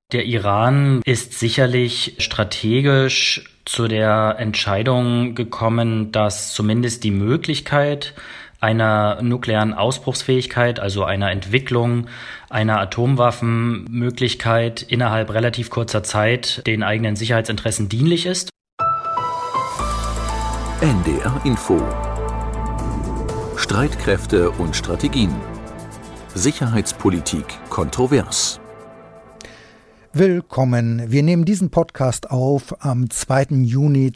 Der Iran ist sicherlich strategisch zu der Entscheidung gekommen, dass zumindest die Möglichkeit einer nuklearen Ausbruchsfähigkeit, also einer Entwicklung einer Atomwaffenmöglichkeit innerhalb relativ kurzer Zeit den eigenen Sicherheitsinteressen dienlich ist. NDR Info. Streitkräfte und Strategien. Sicherheitspolitik kontrovers. Willkommen. Wir nehmen diesen Podcast auf am 2. Juni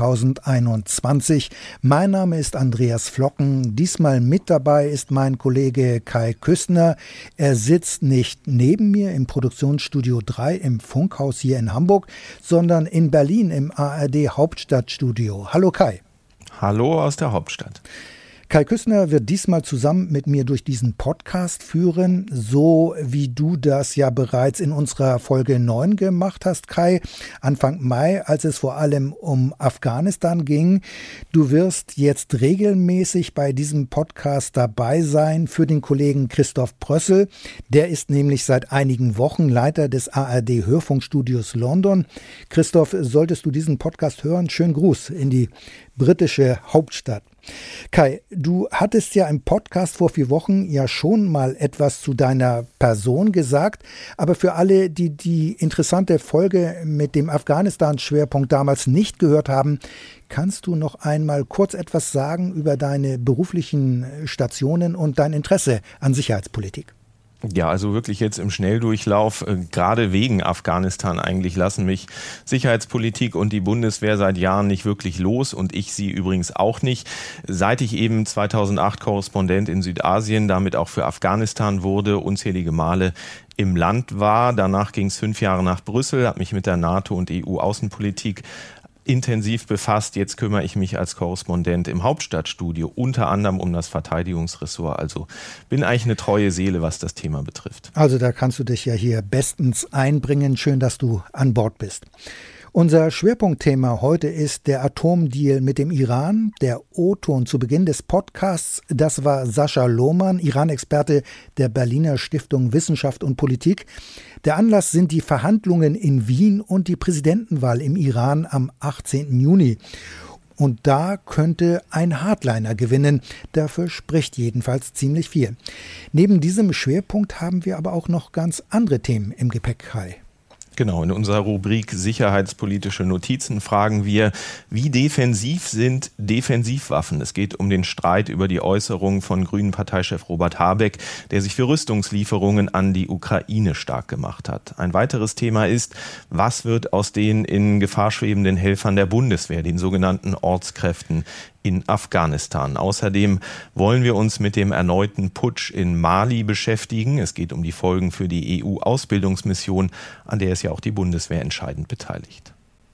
2021. Mein Name ist Andreas Flocken. Diesmal mit dabei ist mein Kollege Kai Küstner. Er sitzt nicht neben mir im Produktionsstudio 3 im Funkhaus hier in Hamburg, sondern in Berlin im ARD Hauptstadtstudio. Hallo Kai. Hallo aus der Hauptstadt. Kai Küstner wird diesmal zusammen mit mir durch diesen Podcast führen, so wie du das ja bereits in unserer Folge 9 gemacht hast, Kai, Anfang Mai, als es vor allem um Afghanistan ging. Du wirst jetzt regelmäßig bei diesem Podcast dabei sein für den Kollegen Christoph Prössel. Der ist nämlich seit einigen Wochen Leiter des ARD Hörfunkstudios London. Christoph, solltest du diesen Podcast hören, schönen Gruß in die britische Hauptstadt. Kai, du hattest ja im Podcast vor 4 Wochen ja schon mal etwas zu deiner Person gesagt, aber für alle, die die interessante Folge mit dem Afghanistan-Schwerpunkt damals nicht gehört haben, kannst du noch einmal kurz etwas sagen über deine beruflichen Stationen und dein Interesse an Sicherheitspolitik? Ja, also wirklich jetzt im Schnelldurchlauf, gerade wegen Afghanistan eigentlich lassen mich Sicherheitspolitik und die Bundeswehr seit Jahren nicht wirklich los und ich sie übrigens auch nicht. Seit ich eben 2008 Korrespondent in Südasien, damit auch für Afghanistan wurde, unzählige Male im Land war. Danach ging es 5 Jahre nach Brüssel, habe mich mit der NATO und EU-Außenpolitik intensiv befasst. Jetzt kümmere ich mich als Korrespondent im Hauptstadtstudio unter anderem um das Verteidigungsressort. Also bin eigentlich eine treue Seele, was das Thema betrifft. Also da kannst du dich ja hier bestens einbringen. Schön, dass du an Bord bist. Unser Schwerpunktthema heute ist der Atomdeal mit dem Iran. Der O-Ton zu Beginn des Podcasts, das war Sascha Lohmann, Iran-Experte der Berliner Stiftung Wissenschaft und Politik. Der Anlass sind die Verhandlungen in Wien und die Präsidentenwahl im Iran am 18. Juni. Und da könnte ein Hardliner gewinnen. Dafür spricht jedenfalls ziemlich viel. Neben diesem Schwerpunkt haben wir aber auch noch ganz andere Themen im Gepäck, Kai. Genau, in unserer Rubrik Sicherheitspolitische Notizen fragen wir, wie defensiv sind Defensivwaffen? Es geht um den Streit über die Äußerungen von Grünen-Parteichef Robert Habeck, der sich für Rüstungslieferungen an die Ukraine stark gemacht hat. Ein weiteres Thema ist, was wird aus den in Gefahr schwebenden Helfern der Bundeswehr, den sogenannten Ortskräften in Afghanistan. Außerdem wollen wir uns mit dem erneuten Putsch in Mali beschäftigen. Es geht um die Folgen für die EU-Ausbildungsmission, an der ist ja auch die Bundeswehr entscheidend beteiligt.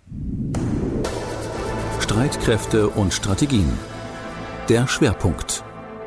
Streitkräfte und Strategien. Der Schwerpunkt.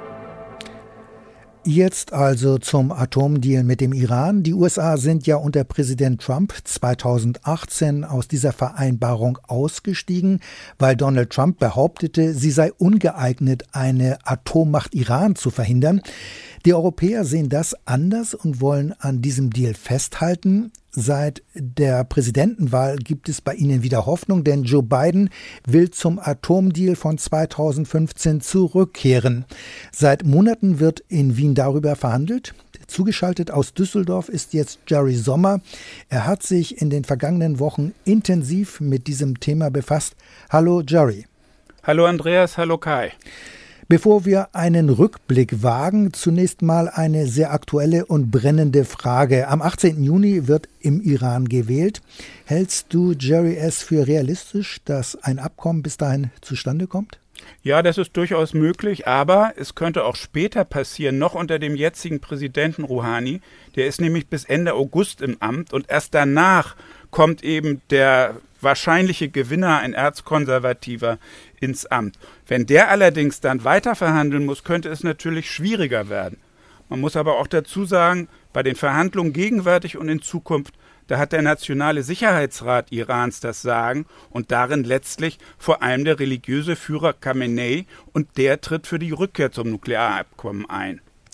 Jetzt also zum Atomdeal mit dem Iran. Die USA sind ja unter Präsident Trump 2018 aus dieser Vereinbarung ausgestiegen, weil Donald Trump behauptete, sie sei ungeeignet, eine Atommacht Iran zu verhindern. Die Europäer sehen das anders und wollen an diesem Deal festhalten. Seit der Präsidentenwahl gibt es bei ihnen wieder Hoffnung, denn Joe Biden will zum Atomdeal von 2015 zurückkehren. Seit Monaten wird in Wien darüber verhandelt. Zugeschaltet aus Düsseldorf ist jetzt Jerry Sommer. Er hat sich in den vergangenen Wochen intensiv mit diesem Thema befasst. Hallo Jerry. Hallo Andreas, hallo Kai. Bevor wir einen Rückblick wagen, zunächst mal eine sehr aktuelle und brennende Frage. Am 18. Juni wird im Iran gewählt. Hältst du, Jerry, es für realistisch, dass ein Abkommen bis dahin zustande kommt? Ja, das ist durchaus möglich, aber es könnte auch später passieren, noch unter dem jetzigen Präsidenten Rouhani. Der ist nämlich bis Ende August im Amt und erst danach kommt eben der wahrscheinliche Gewinner, ein Erzkonservativer, ins Amt. Wenn der allerdings dann weiter verhandeln muss, könnte es natürlich schwieriger werden. Man muss aber auch dazu sagen, bei den Verhandlungen gegenwärtig und in Zukunft, da hat der Nationale Sicherheitsrat Irans das Sagen und darin letztlich vor allem der religiöse Führer Khamenei und der tritt für die Rückkehr zum Nuklearabkommen ein.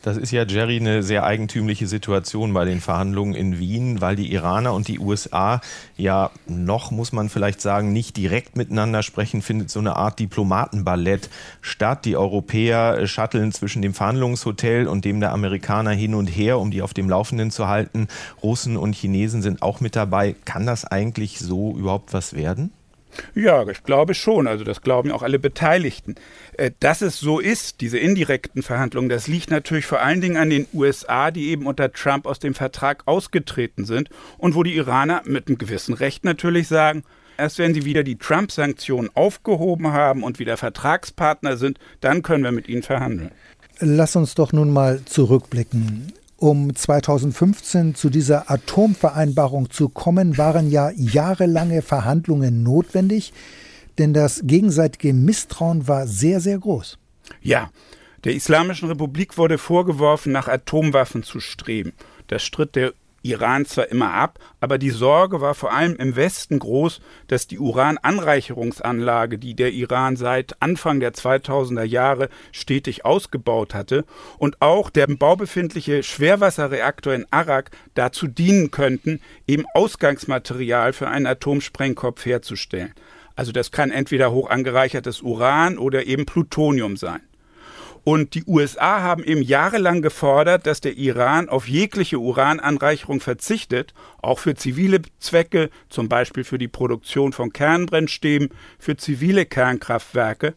Das ist ja, Jerry, eine sehr eigentümliche Situation bei den Verhandlungen in Wien, weil die Iraner und die USA ja noch, muss man vielleicht sagen, nicht direkt miteinander sprechen, findet so eine Art Diplomatenballett statt. Die Europäer shutteln zwischen dem Verhandlungshotel und dem der Amerikaner hin und her, um die auf dem Laufenden zu halten. Russen und Chinesen sind auch mit dabei. Kann das eigentlich so überhaupt was werden? Ja, ich glaube schon. Also das glauben auch alle Beteiligten. Dass es so ist, diese indirekten Verhandlungen, das liegt natürlich vor allen Dingen an den USA, die eben unter Trump aus dem Vertrag ausgetreten sind und wo die Iraner mit einem gewissen Recht natürlich sagen, erst wenn sie wieder die Trump-Sanktionen aufgehoben haben und wieder Vertragspartner sind, dann können wir mit ihnen verhandeln. Lass uns doch nun mal zurückblicken. Um 2015 zu dieser Atomvereinbarung zu kommen, waren ja jahrelange Verhandlungen notwendig, denn das gegenseitige Misstrauen war sehr, sehr groß. Ja, der Islamischen Republik wurde vorgeworfen, nach Atomwaffen zu streben. Das stritt der Iran zwar immer ab, aber die Sorge war vor allem im Westen groß, dass die Urananreicherungsanlage, die der Iran seit Anfang der 2000er Jahre stetig ausgebaut hatte, und auch der im Bau befindliche Schwerwasserreaktor in Arak dazu dienen könnten, eben Ausgangsmaterial für einen Atomsprengkopf herzustellen. Also das kann entweder hoch angereichertes Uran oder eben Plutonium sein. Und die USA haben eben jahrelang gefordert, dass der Iran auf jegliche Urananreicherung verzichtet, auch für zivile Zwecke, zum Beispiel für die Produktion von Kernbrennstäben, für zivile Kernkraftwerke.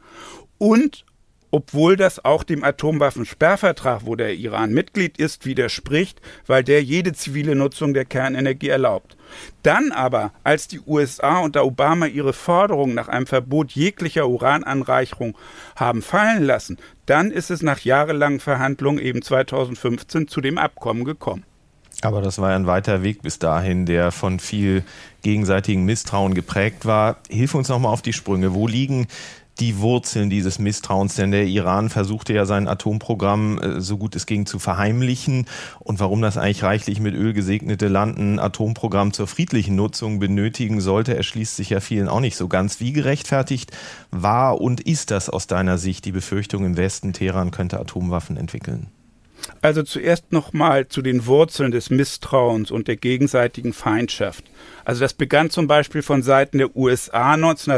Und obwohl das auch dem Atomwaffensperrvertrag, wo der Iran Mitglied ist, widerspricht, weil der jede zivile Nutzung der Kernenergie erlaubt. Dann aber, als die USA unter Obama ihre Forderung nach einem Verbot jeglicher Urananreicherung haben fallen lassen, dann ist es nach jahrelangen Verhandlungen eben 2015 zu dem Abkommen gekommen. Aber das war ja ein weiter Weg bis dahin, der von viel gegenseitigem Misstrauen geprägt war. Hilf uns nochmal auf die Sprünge. Wo liegen die Wurzeln dieses Misstrauens? Denn der Iran versuchte ja sein Atomprogramm so gut es ging zu verheimlichen. Und warum das eigentlich reichlich mit Öl gesegnete Land ein Atomprogramm zur friedlichen Nutzung benötigen sollte, erschließt sich ja vielen auch nicht so ganz. Wie gerechtfertigt war und ist das aus deiner Sicht, die Befürchtung im Westen, Teheran könnte Atomwaffen entwickeln? Also zuerst nochmal zu den Wurzeln des Misstrauens und der gegenseitigen Feindschaft. Also das begann zum Beispiel von Seiten der USA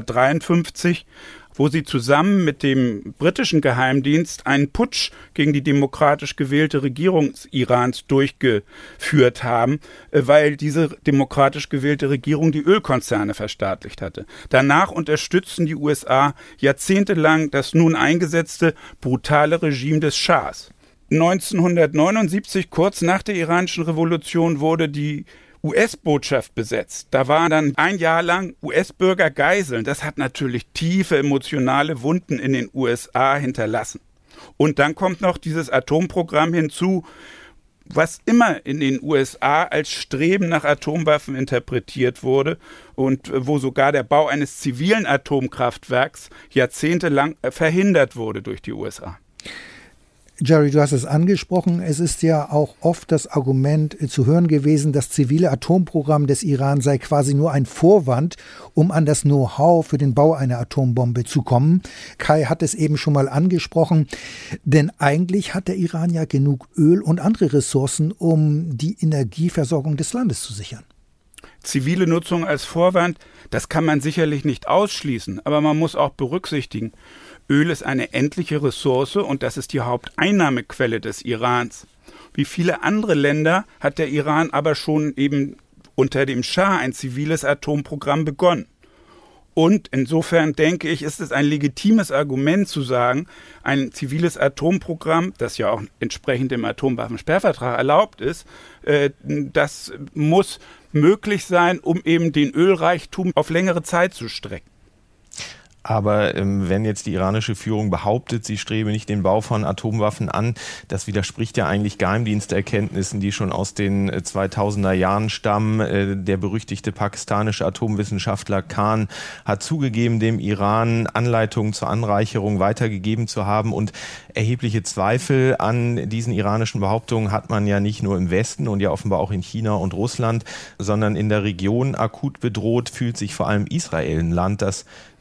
1953, wo sie zusammen mit dem britischen Geheimdienst einen Putsch gegen die demokratisch gewählte Regierung Irans durchgeführt haben, weil diese demokratisch gewählte Regierung die Ölkonzerne verstaatlicht hatte. Danach unterstützten die USA jahrzehntelang das nun eingesetzte brutale Regime des Schahs. 1979, kurz nach der iranischen Revolution, wurde die US-Botschaft besetzt. Da waren dann ein Jahr lang US-Bürger Geiseln. Das hat natürlich tiefe emotionale Wunden in den USA hinterlassen. Und dann kommt noch dieses Atomprogramm hinzu, was immer in den USA als Streben nach Atomwaffen interpretiert wurde und wo sogar der Bau eines zivilen Atomkraftwerks jahrzehntelang verhindert wurde durch die USA. Jerry, du hast es angesprochen, es ist ja auch oft das Argument zu hören gewesen, das zivile Atomprogramm des Iran sei quasi nur ein Vorwand, um an das Know-how für den Bau einer Atombombe zu kommen. Kai hat es eben schon mal angesprochen, denn eigentlich hat der Iran ja genug Öl und andere Ressourcen, um die Energieversorgung des Landes zu sichern. Zivile Nutzung als Vorwand, das kann man sicherlich nicht ausschließen, aber man muss auch berücksichtigen, Öl ist eine endliche Ressource und das ist die Haupteinnahmequelle des Irans. Wie viele andere Länder hat der Iran aber schon eben unter dem Schah ein ziviles Atomprogramm begonnen. Und insofern denke ich, ist es ein legitimes Argument zu sagen, ein ziviles Atomprogramm, das ja auch entsprechend dem Atomwaffensperrvertrag erlaubt ist, das muss möglich sein, um eben den Ölreichtum auf längere Zeit zu strecken. Aber wenn jetzt die iranische Führung behauptet, sie strebe nicht den Bau von Atomwaffen an, das widerspricht ja eigentlich Geheimdiensterkenntnissen, die schon aus den 2000er Jahren stammen. Der berüchtigte pakistanische Atomwissenschaftler Khan hat zugegeben, dem Iran Anleitungen zur Anreicherung weitergegeben zu haben. Und erhebliche Zweifel an diesen iranischen Behauptungen hat man ja nicht nur im Westen und ja offenbar auch in China und Russland, sondern in der Region akut bedroht fühlt sich vor allem Israel, ein Land, das selbst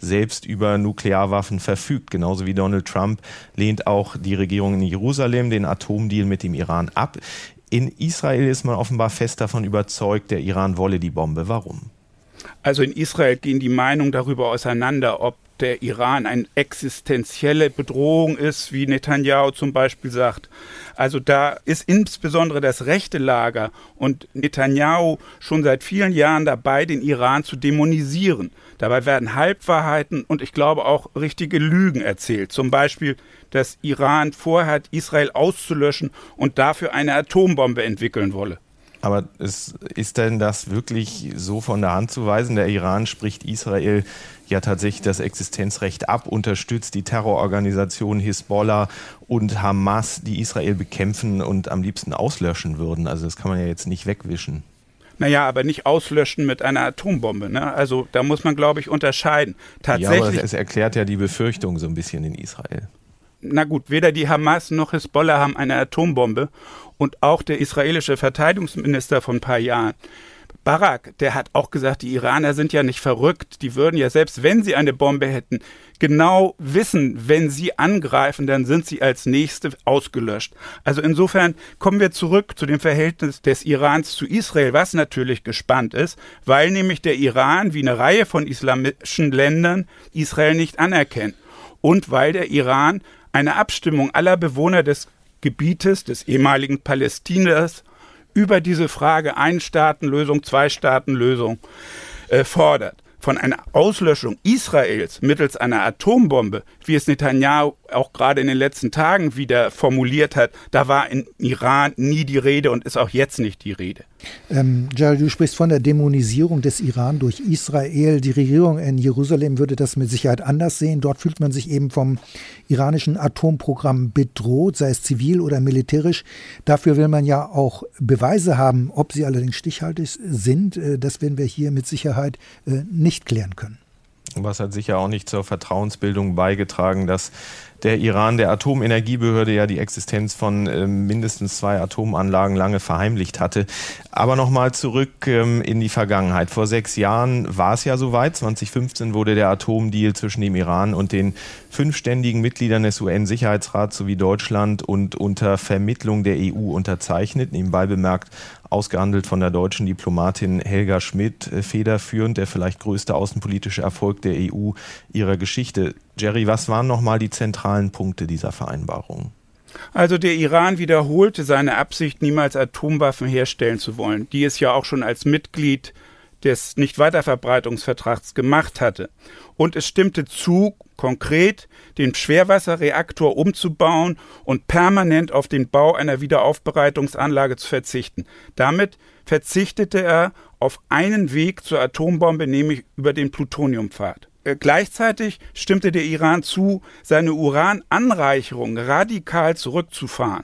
über Nuklearwaffen verfügt. Genauso wie Donald Trump lehnt auch die Regierung in Jerusalem den Atomdeal mit dem Iran ab. In Israel ist man offenbar fest davon überzeugt, der Iran wolle die Bombe. Warum? Also in Israel gehen die Meinungen darüber auseinander, ob der Iran eine existenzielle Bedrohung ist, wie Netanyahu zum Beispiel sagt. Also da ist insbesondere das rechte Lager und Netanyahu schon seit vielen Jahren dabei, den Iran zu dämonisieren. Dabei werden Halbwahrheiten und ich glaube auch richtige Lügen erzählt. Zum Beispiel, dass Iran vorhat, Israel auszulöschen und dafür eine Atombombe entwickeln wolle. Aber ist denn das wirklich so von der Hand zu weisen? Der Iran spricht Israel ja tatsächlich das Existenzrecht ab, unterstützt die Terrororganisation Hisbollah und Hamas, die Israel bekämpfen und am liebsten auslöschen würden. Also das kann man ja jetzt nicht wegwischen. Naja, aber nicht auslöschen mit einer Atombombe, ne? Also da muss man, glaube ich, unterscheiden. Tatsächlich, ja, aber es erklärt ja die Befürchtung so ein bisschen in Israel. Na gut, weder die Hamas noch Hisbollah haben eine Atombombe. Und auch der israelische Verteidigungsminister von ein paar Jahren, Barak, der hat auch gesagt, die Iraner sind ja nicht verrückt. Die würden ja, selbst wenn sie eine Bombe hätten, genau wissen, wenn sie angreifen, dann sind sie als Nächste ausgelöscht. Also insofern kommen wir zurück zu dem Verhältnis des Irans zu Israel, was natürlich gespannt ist, weil nämlich der Iran, wie eine Reihe von islamischen Ländern, Israel nicht anerkennt. Und weil der Iran eine Abstimmung aller Bewohner des Gebietes, des ehemaligen Palästinas, über diese Frage Ein-Staaten-Lösung, Zwei-Staaten-Lösung fordert. Von einer Auslöschung Israels mittels einer Atombombe, wie es Netanyahu auch gerade in den letzten Tagen wieder formuliert hat, da war im Iran nie die Rede und ist auch jetzt nicht die Rede. Jerry, du sprichst von der Dämonisierung des Iran durch Israel. Die Regierung in Jerusalem würde das mit Sicherheit anders sehen. Dort fühlt man sich eben vom iranischen Atomprogramm bedroht, sei es zivil oder militärisch. Dafür will man ja auch Beweise haben. Ob sie allerdings stichhaltig sind, das werden wir hier mit Sicherheit nicht klären können. Was hat sicher auch nicht zur Vertrauensbildung beigetragen, dass der Iran der Atomenergiebehörde ja die Existenz von mindestens 2 Atomanlagen lange verheimlicht hatte. Aber nochmal zurück in die Vergangenheit. Vor 6 Jahren war es ja soweit. 2015 wurde der Atomdeal zwischen dem Iran und den 5 ständigen Mitgliedern des UN-Sicherheitsrats sowie Deutschland und unter Vermittlung der EU unterzeichnet. Nebenbei bemerkt, ausgehandelt von der deutschen Diplomatin Helga Schmidt, federführend der vielleicht größte außenpolitische Erfolg der EU ihrer Geschichte. Jerry, was waren nochmal die zentralen Punkte dieser Vereinbarung? Also der Iran wiederholte seine Absicht, niemals Atomwaffen herstellen zu wollen, die es ja auch schon als Mitglied des Nichtweiterverbreitungsvertrags gemacht hatte. Und es stimmte zu, konkret den Schwerwasserreaktor umzubauen und permanent auf den Bau einer Wiederaufbereitungsanlage zu verzichten. Damit verzichtete er auf einen Weg zur Atombombe, nämlich über den Plutoniumpfad. Gleichzeitig stimmte der Iran zu, seine Urananreicherung radikal zurückzufahren.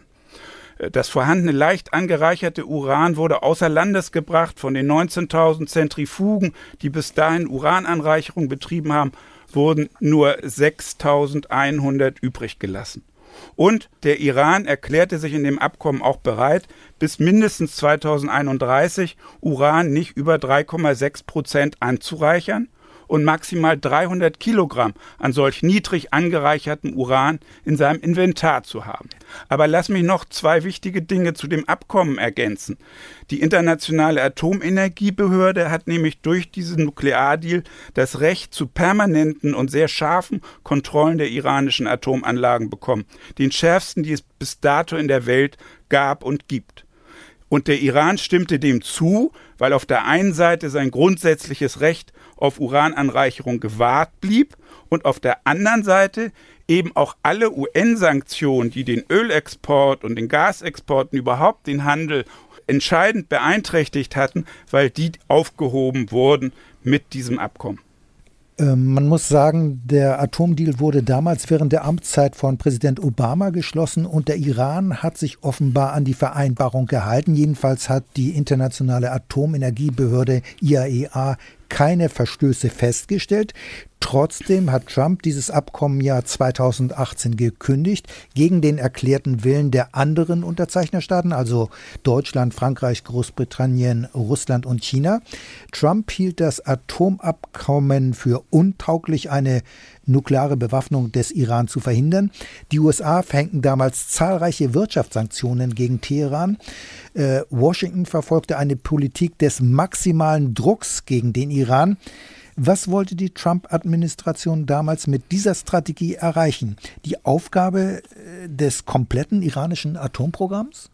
Das vorhandene leicht angereicherte Uran wurde außer Landes gebracht. Von den 19.000 Zentrifugen, die bis dahin Urananreicherung betrieben haben, wurden nur 6.100 übrig gelassen. Und der Iran erklärte sich in dem Abkommen auch bereit, bis mindestens 2031 Uran nicht über 3,6% anzureichern und maximal 300 Kilogramm an solch niedrig angereichertem Uran in seinem Inventar zu haben. Aber lass mich noch 2 wichtige Dinge zu dem Abkommen ergänzen. Die Internationale Atomenergiebehörde hat nämlich durch diesen Nukleardeal das Recht zu permanenten und sehr scharfen Kontrollen der iranischen Atomanlagen bekommen. Den schärfsten, die es bis dato in der Welt gab und gibt. Und der Iran stimmte dem zu, weil auf der einen Seite sein grundsätzliches Recht auf Urananreicherung gewahrt blieb und auf der anderen Seite eben auch alle UN-Sanktionen, die den Ölexport und den Gasexporten überhaupt den Handel entscheidend beeinträchtigt hatten, weil die aufgehoben wurden mit diesem Abkommen. Man muss sagen, der Atomdeal wurde damals während der Amtszeit von Präsident Obama geschlossen und der Iran hat sich offenbar an die Vereinbarung gehalten. Jedenfalls hat die Internationale Atomenergiebehörde IAEA keine Verstöße festgestellt. Trotzdem hat Trump dieses Abkommen ja 2018 gekündigt, gegen den erklärten Willen der anderen Unterzeichnerstaaten, also Deutschland, Frankreich, Großbritannien, Russland und China. Trump hielt das Atomabkommen für untauglich, eine nukleare Bewaffnung des Iran zu verhindern. Die USA verhängten damals zahlreiche Wirtschaftssanktionen gegen Teheran. Washington verfolgte eine Politik des maximalen Drucks gegen den Iran. Was wollte die Trump-Administration damals mit dieser Strategie erreichen? Die Aufgabe des kompletten iranischen Atomprogramms?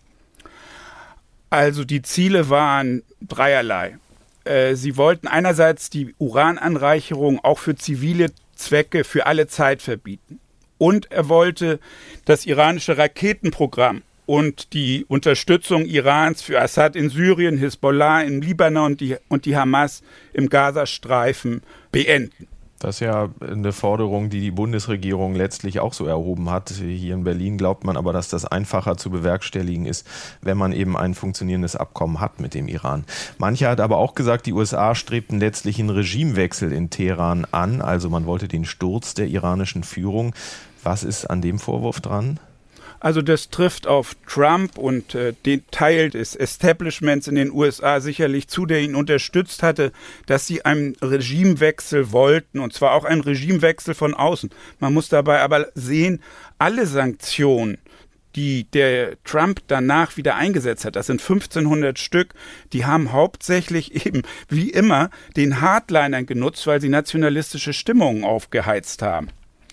Also die Ziele waren dreierlei. Sie wollten einerseits die Urananreicherung auch für zivile Zwecke für alle Zeit verbieten. Und er wollte das iranische Raketenprogramm und die Unterstützung Irans für Assad in Syrien, Hisbollah im Libanon und die Hamas im Gazastreifen beenden. Das ist ja eine Forderung, die die Bundesregierung letztlich auch so erhoben hat. Hier in Berlin glaubt man aber, dass das einfacher zu bewerkstelligen ist, wenn man eben ein funktionierendes Abkommen hat mit dem Iran. Manche hat aber auch gesagt, die USA strebten letztlich einen Regimewechsel in Teheran an. Also man wollte den Sturz der iranischen Führung. Was ist an dem Vorwurf dran? Also das trifft auf Trump und den Teil des Establishments in den USA sicherlich zu, der ihn unterstützt hatte, dass sie einen Regimewechsel wollten, und zwar auch einen Regimewechsel von außen. Man muss dabei aber sehen, alle Sanktionen, die der Trump danach wieder eingesetzt hat, das sind 1500 Stück, die haben hauptsächlich eben, wie immer, den Hardlinern genutzt, weil sie nationalistische Stimmungen aufgeheizt haben.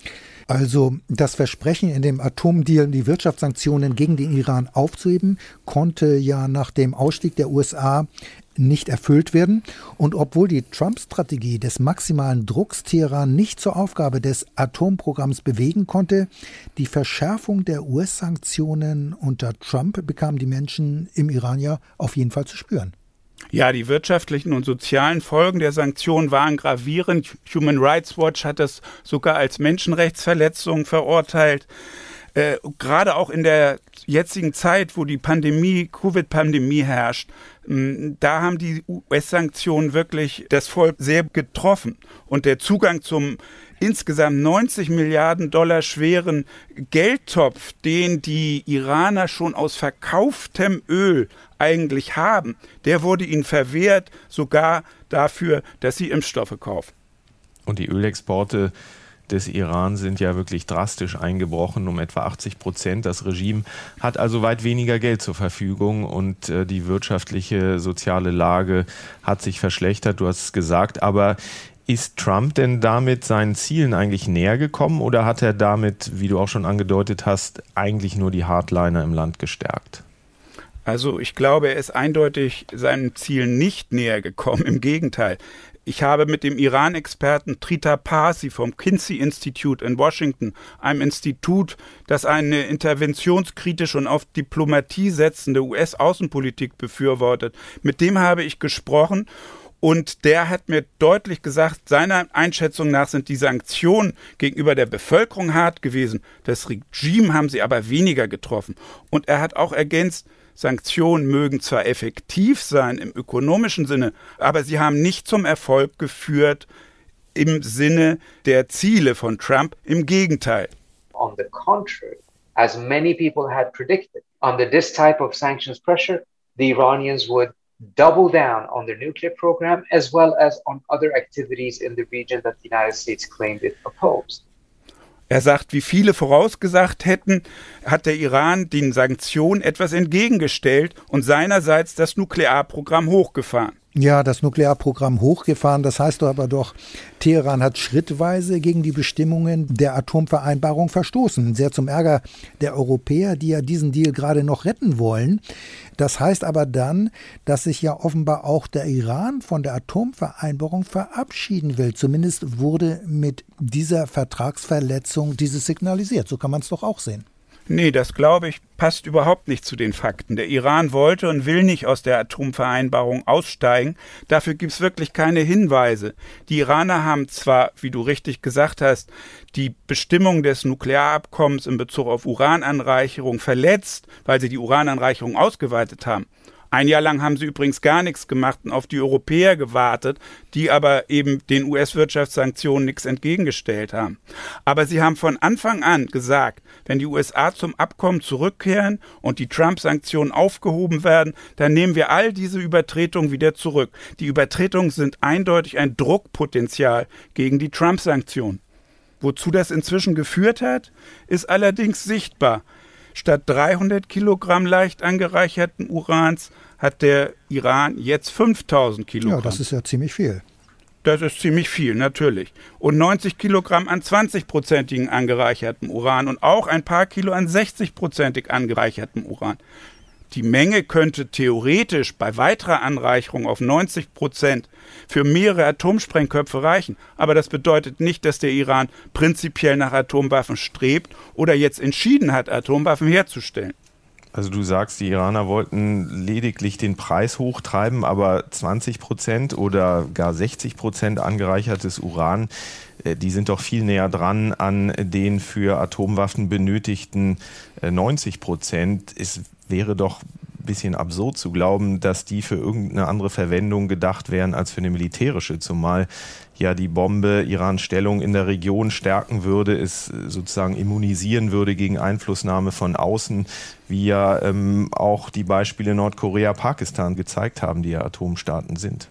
Also das Versprechen in dem Atomdeal, die Wirtschaftssanktionen gegen den Iran aufzuheben, konnte ja nach dem Ausstieg der USA nicht erfüllt werden. Und obwohl die Trump-Strategie des maximalen Drucks Teheran nicht zur Aufgabe des Atomprogramms bewegen konnte, die Verschärfung der US-Sanktionen unter Trump bekamen die Menschen im Iran ja auf jeden Fall zu spüren. Ja, die wirtschaftlichen und sozialen Folgen der Sanktionen waren gravierend. Human Rights Watch hat das sogar als Menschenrechtsverletzung verurteilt. Gerade auch in der jetzigen Zeit, wo die Covid-Pandemie herrscht, da haben die US-Sanktionen wirklich das Volk sehr getroffen. Und der Zugang zum insgesamt 90 Milliarden Dollar schweren Geldtopf, den die Iraner schon aus verkauftem Öl eigentlich haben, der wurde ihnen verwehrt, sogar dafür, dass sie Impfstoffe kaufen. Und die Ölexporte des Iran sind ja wirklich drastisch eingebrochen, um etwa 80%. Das Regime hat also weit weniger Geld zur Verfügung und die wirtschaftliche, soziale Lage hat sich verschlechtert, du hast es gesagt. Aber ist Trump denn damit seinen Zielen eigentlich näher gekommen oder hat er damit, wie du auch schon angedeutet hast, eigentlich nur die Hardliner im Land gestärkt? Also ich glaube, er ist eindeutig seinem Ziel nicht näher gekommen, im Gegenteil. Ich habe mit dem Iran-Experten Trita Parsi vom Kinsey Institute in Washington, einem Institut, das eine interventionskritische und auf Diplomatie setzende US-Außenpolitik befürwortet, mit dem habe ich gesprochen. Und der hat mir deutlich gesagt, seiner Einschätzung nach sind die Sanktionen gegenüber der Bevölkerung hart gewesen. Das Regime haben sie aber weniger getroffen. Und er hat auch ergänzt, Sanktionen mögen zwar effektiv sein im ökonomischen Sinne, aber sie haben nicht zum Erfolg geführt im Sinne der Ziele von Trump. Im Gegenteil. On the contrary, as many people had predicted, under this type of sanctions pressure, the Iranians would double down on their nuclear program as well as on other activities in the region that the United States claimed it opposed. Er sagt, wie viele vorausgesagt hätten, hat der Iran den Sanktionen etwas entgegengestellt und seinerseits das Nuklearprogramm hochgefahren. Ja, das Nuklearprogramm hochgefahren, das heißt aber doch, Teheran hat schrittweise gegen die Bestimmungen der Atomvereinbarung verstoßen. Sehr zum Ärger der Europäer, die ja diesen Deal gerade noch retten wollen. Das heißt aber dann, dass sich ja offenbar auch der Iran von der Atomvereinbarung verabschieden will. Zumindest wurde mit dieser Vertragsverletzung dieses signalisiert. So kann man es doch auch sehen. Nee, das glaube ich, passt überhaupt nicht zu den Fakten. Der Iran wollte und will nicht aus der Atomvereinbarung aussteigen. Dafür gibt es wirklich keine Hinweise. Die Iraner haben zwar, wie du richtig gesagt hast, die Bestimmung des Nuklearabkommens in Bezug auf Urananreicherung verletzt, weil sie die Urananreicherung ausgeweitet haben. Ein Jahr lang haben sie übrigens gar nichts gemacht und auf die Europäer gewartet, die aber eben den US-Wirtschaftssanktionen nichts entgegengestellt haben. Aber sie haben von Anfang an gesagt, wenn die USA zum Abkommen zurückkehren und die Trump-Sanktionen aufgehoben werden, dann nehmen wir all diese Übertretungen wieder zurück. Die Übertretungen sind eindeutig ein Druckpotenzial gegen die Trump-Sanktionen. Wozu das inzwischen geführt hat, ist allerdings sichtbar. Statt 300 Kilogramm leicht angereicherten Urans hat der Iran jetzt 5000 Kilogramm. Ja, das ist ja ziemlich viel. Das ist ziemlich viel, natürlich. Und 90 Kilogramm an 20-prozentigen angereichertem Uran und auch ein paar Kilo an 60-prozentig angereichertem Uran. Die Menge könnte theoretisch bei weiterer Anreicherung auf 90% für mehrere Atomsprengköpfe reichen. Aber das bedeutet nicht, dass der Iran prinzipiell nach Atomwaffen strebt oder jetzt entschieden hat, Atomwaffen herzustellen. Also du sagst, die Iraner wollten lediglich den Preis hochtreiben, aber 20% oder gar 60% angereichertes Uran, die sind doch viel näher dran an den für Atomwaffen benötigten 90%. Es wäre doch ein bisschen absurd zu glauben, dass die für irgendeine andere Verwendung gedacht wären als für eine militärische, zumal ja die Bombe Irans Stellung in der Region stärken würde, es sozusagen immunisieren würde gegen Einflussnahme von außen, wie ja auch die Beispiele Nordkorea, Pakistan gezeigt haben, die ja Atomstaaten sind.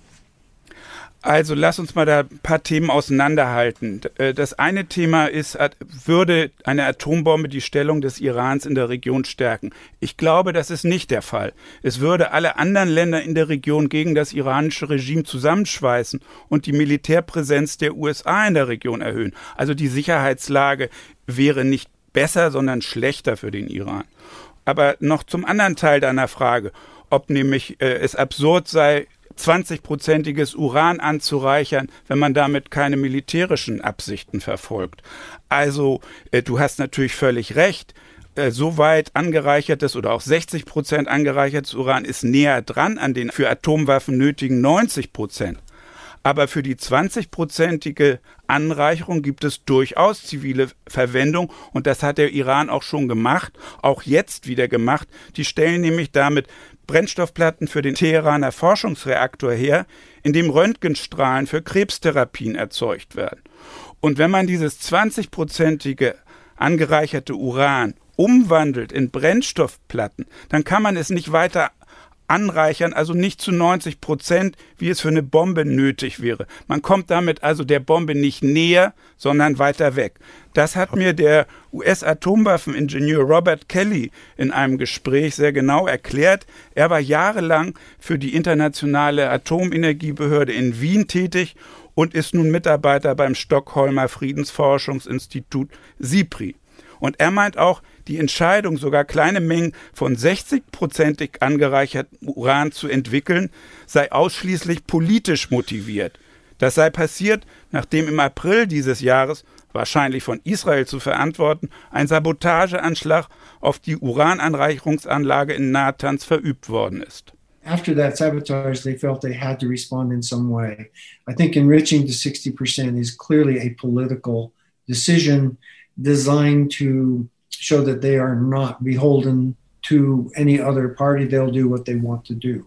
Also lass uns mal da ein paar Themen auseinanderhalten. Das eine Thema ist, würde eine Atombombe die Stellung des Irans in der Region stärken? Ich glaube, das ist nicht der Fall. Es würde alle anderen Länder in der Region gegen das iranische Regime zusammenschweißen und die Militärpräsenz der USA in der Region erhöhen. Also die Sicherheitslage wäre nicht besser, sondern schlechter für den Iran. Aber noch zum anderen Teil deiner Frage, ob nämlich es absurd sei, 20-prozentiges Uran anzureichern, wenn man damit keine militärischen Absichten verfolgt. Also du hast natürlich völlig recht, so weit angereichertes oder auch 60% angereichertes Uran ist näher dran an den für Atomwaffen nötigen 90%. Aber für die 20-prozentige Anreicherung gibt es durchaus zivile Verwendung und das hat der Iran auch schon gemacht, auch jetzt wieder gemacht. Die stellen nämlich damit Brennstoffplatten für den Teheraner Forschungsreaktor her, in dem Röntgenstrahlen für Krebstherapien erzeugt werden. Und wenn man dieses 20-prozentige angereicherte Uran umwandelt in Brennstoffplatten, dann kann man es nicht weiter anreichern, also nicht zu 90%, wie es für eine Bombe nötig wäre. Man kommt damit also der Bombe nicht näher, sondern weiter weg. Das hat mir der US-Atomwaffeningenieur Robert Kelly in einem Gespräch sehr genau erklärt. Er war jahrelang für die Internationale Atomenergiebehörde in Wien tätig und ist nun Mitarbeiter beim Stockholmer Friedensforschungsinstitut SIPRI. Und er meint auch, die Entscheidung, sogar kleine Mengen von 60-prozentig angereichertem Uran zu entwickeln, sei ausschließlich politisch motiviert. Das sei passiert, nachdem im April dieses Jahres, wahrscheinlich von Israel zu verantworten, ein Sabotageanschlag auf die Urananreicherungsanlage in Natanz verübt worden ist. After that sabotage, they felt they had to respond in some way. I think enriching to 60% is clearly a political decision designed to show that they are not beholden to any other party. They'll do what they want to do.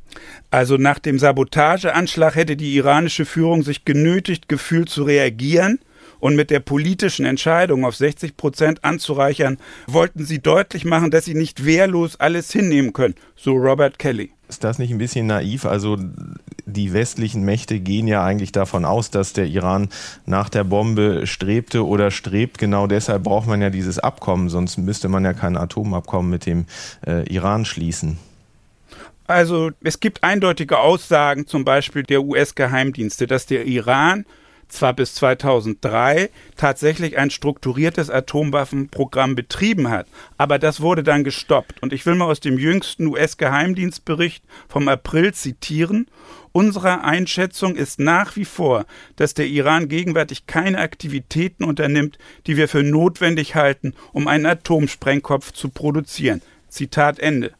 Also nach dem Sabotageanschlag hätte die iranische Führung sich genötigt gefühlt zu reagieren und mit der politischen Entscheidung auf 60% anzureichern, wollten sie deutlich machen, dass sie nicht wehrlos alles hinnehmen können, so Robert Kelly. Ist das nicht ein bisschen naiv? Also die westlichen Mächte gehen ja eigentlich davon aus, dass der Iran nach der Bombe strebte oder strebt. Genau deshalb braucht man ja dieses Abkommen, sonst müsste man ja kein Atomabkommen mit dem Iran schließen. Also es gibt eindeutige Aussagen, zum Beispiel der US-Geheimdienste, dass der Iran zwar bis 2003 tatsächlich ein strukturiertes Atomwaffenprogramm betrieben hat, aber das wurde dann gestoppt. Und ich will mal aus dem jüngsten US-Geheimdienstbericht vom April zitieren. Unsere Einschätzung ist nach wie vor, dass der Iran gegenwärtig keine Aktivitäten unternimmt, die wir für notwendig halten, um einen Atomsprengkopf zu produzieren. Zitat Ende.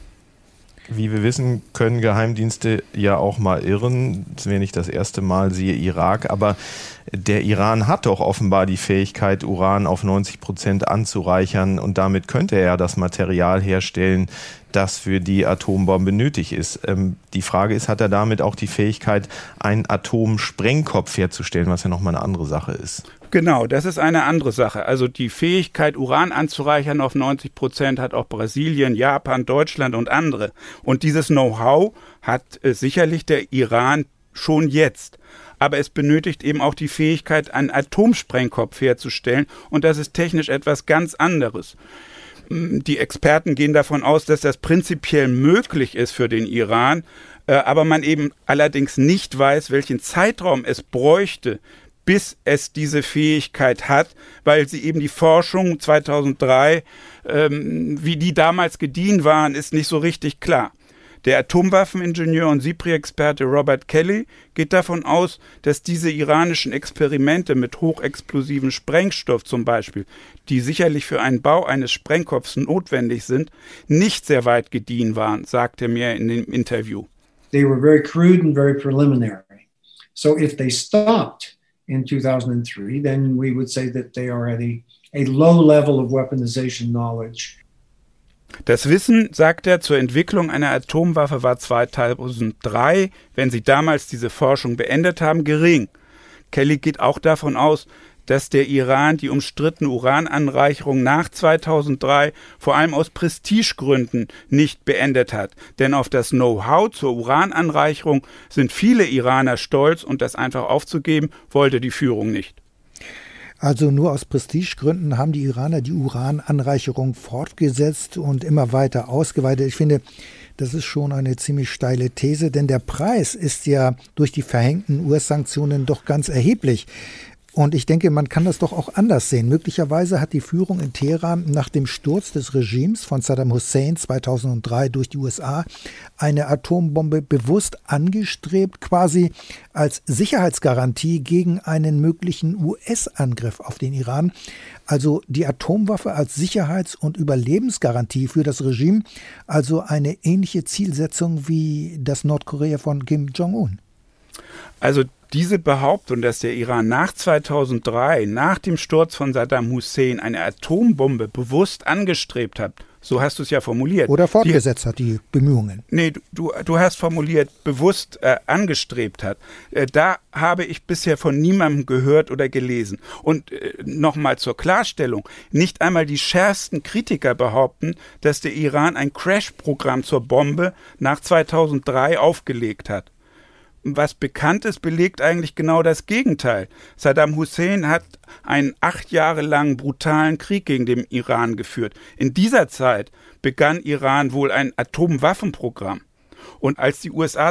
Wie wir wissen, können Geheimdienste ja auch mal irren. Das wäre nicht das erste Mal, siehe Irak. Aber der Iran hat doch offenbar die Fähigkeit, Uran auf 90% anzureichern. Und damit könnte er das Material herstellen, das für die Atombombe nötig ist. Die Frage ist, hat er damit auch die Fähigkeit, einen Atomsprengkopf herzustellen, was ja nochmal eine andere Sache ist? Genau, das ist eine andere Sache. Also die Fähigkeit, Uran anzureichern auf 90% hat auch Brasilien, Japan, Deutschland und andere. Und dieses Know-how hat sicherlich der Iran schon jetzt. aber es benötigt eben auch die Fähigkeit, einen Atomsprengkopf herzustellen, und das ist technisch etwas ganz anderes. Die Experten gehen davon aus, dass das prinzipiell möglich ist für den Iran, aber man eben allerdings nicht weiß, welchen Zeitraum es bräuchte, bis es diese Fähigkeit hat, weil sie eben die Forschung 2003, wie die damals gediehen waren, ist nicht so richtig klar. Der Atomwaffeningenieur und SIPRI-Experte Robert Kelly geht davon aus, dass diese iranischen Experimente mit hochexplosivem Sprengstoff zum Beispiel, die sicherlich für einen Bau eines Sprengkopfs notwendig sind, nicht sehr weit gediehen waren, sagt er mir in dem Interview. They were very crude and very preliminary. So if they stopped in 2003, then we would say that they are at a low level of weaponization knowledge. Das Wissen, sagt er, zur Entwicklung einer Atomwaffe war 2003, wenn sie damals diese Forschung beendet haben, gering. Kelly geht auch davon aus, dass der Iran die umstrittene Urananreicherung nach 2003 vor allem aus Prestigegründen nicht beendet hat. Denn auf das Know-how zur Urananreicherung sind viele Iraner stolz, und das einfach aufzugeben, wollte die Führung nicht. Also nur aus Prestigegründen haben die Iraner die Urananreicherung fortgesetzt und immer weiter ausgeweitet. Ich finde, das ist schon eine ziemlich steile These, denn der Preis ist ja durch die verhängten US-Sanktionen doch ganz erheblich. Und ich denke, man kann das doch auch anders sehen. Möglicherweise hat die Führung in Teheran nach dem Sturz des Regimes von Saddam Hussein 2003 durch die USA eine Atombombe bewusst angestrebt, quasi als Sicherheitsgarantie gegen einen möglichen US-Angriff auf den Iran. Also die Atomwaffe als Sicherheits- und Überlebensgarantie für das Regime, also eine ähnliche Zielsetzung wie das Nordkorea von Kim Jong-un. Also diese Behauptung, dass der Iran nach 2003, nach dem Sturz von Saddam Hussein, eine Atombombe bewusst angestrebt hat, so hast du es ja formuliert. Oder fortgesetzt hat, die Bemühungen. Nee, du hast formuliert, bewusst angestrebt hat. Da habe ich bisher von niemandem gehört oder gelesen. Und nochmal zur Klarstellung, nicht einmal die schärfsten Kritiker behaupten, dass der Iran ein Crash-Programm zur Bombe nach 2003 aufgelegt hat. Was bekannt ist, belegt eigentlich genau das Gegenteil. Saddam Hussein hat einen 8 Jahre langen brutalen Krieg gegen den Iran geführt. In dieser Zeit begann Iran wohl ein Atomwaffenprogramm. Und als die USA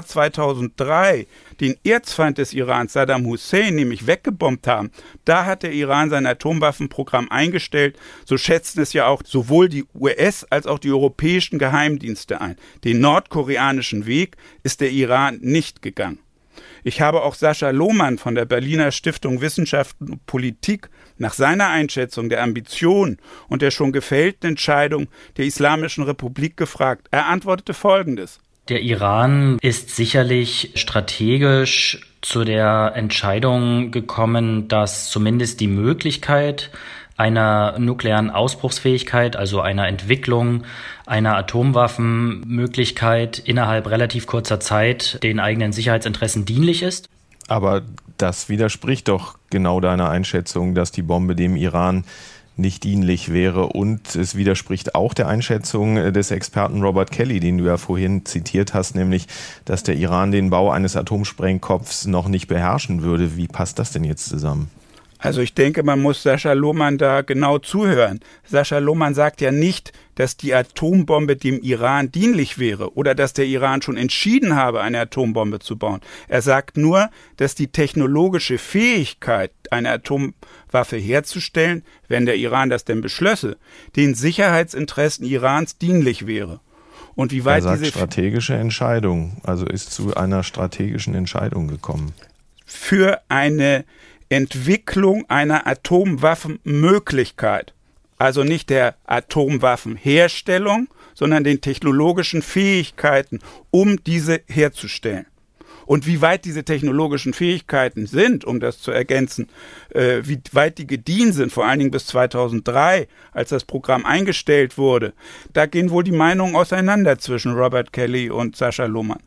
2003 den Erzfeind des Irans, Saddam Hussein, nämlich weggebombt haben, da hat der Iran sein Atomwaffenprogramm eingestellt. So schätzen es ja auch sowohl die US- als auch die europäischen Geheimdienste ein. Den nordkoreanischen Weg ist der Iran nicht gegangen. Ich habe auch Sascha Lohmann von der Berliner Stiftung Wissenschaften und Politik nach seiner Einschätzung der Ambitionen und der schon gefällten Entscheidung der Islamischen Republik gefragt. Er antwortete Folgendes: Der Iran ist sicherlich strategisch zu der Entscheidung gekommen, dass zumindest die Möglichkeit einer nuklearen Ausbruchsfähigkeit, also einer Entwicklung einer Atomwaffenmöglichkeit innerhalb relativ kurzer Zeit den eigenen Sicherheitsinteressen dienlich ist. Aber das widerspricht doch genau deiner Einschätzung, dass die Bombe dem Iran nicht dienlich wäre, und es widerspricht auch der Einschätzung des Experten Robert Kelly, den du ja vorhin zitiert hast, nämlich, dass der Iran den Bau eines Atomsprengkopfs noch nicht beherrschen würde. Wie passt das denn jetzt zusammen? Also ich denke, man muss Sascha Lohmann da genau zuhören. Sascha Lohmann sagt ja nicht, dass die Atombombe dem Iran dienlich wäre oder dass der Iran schon entschieden habe, eine Atombombe zu bauen. Er sagt nur, dass die technologische Fähigkeit, eine Atomwaffe herzustellen, wenn der Iran das denn beschlösse, den Sicherheitsinteressen Irans dienlich wäre. Und wie weit er sagt strategische Entscheidung, also ist zu einer strategischen Entscheidung gekommen. Für eine Entwicklung einer Atomwaffenmöglichkeit, also nicht der Atomwaffenherstellung, sondern den technologischen Fähigkeiten, um diese herzustellen. Und wie weit diese technologischen Fähigkeiten sind, um das zu ergänzen, wie weit die gediehen sind, vor allen Dingen bis 2003, als das Programm eingestellt wurde, da gehen wohl die Meinungen auseinander zwischen Robert Kelly und Sascha Lohmann.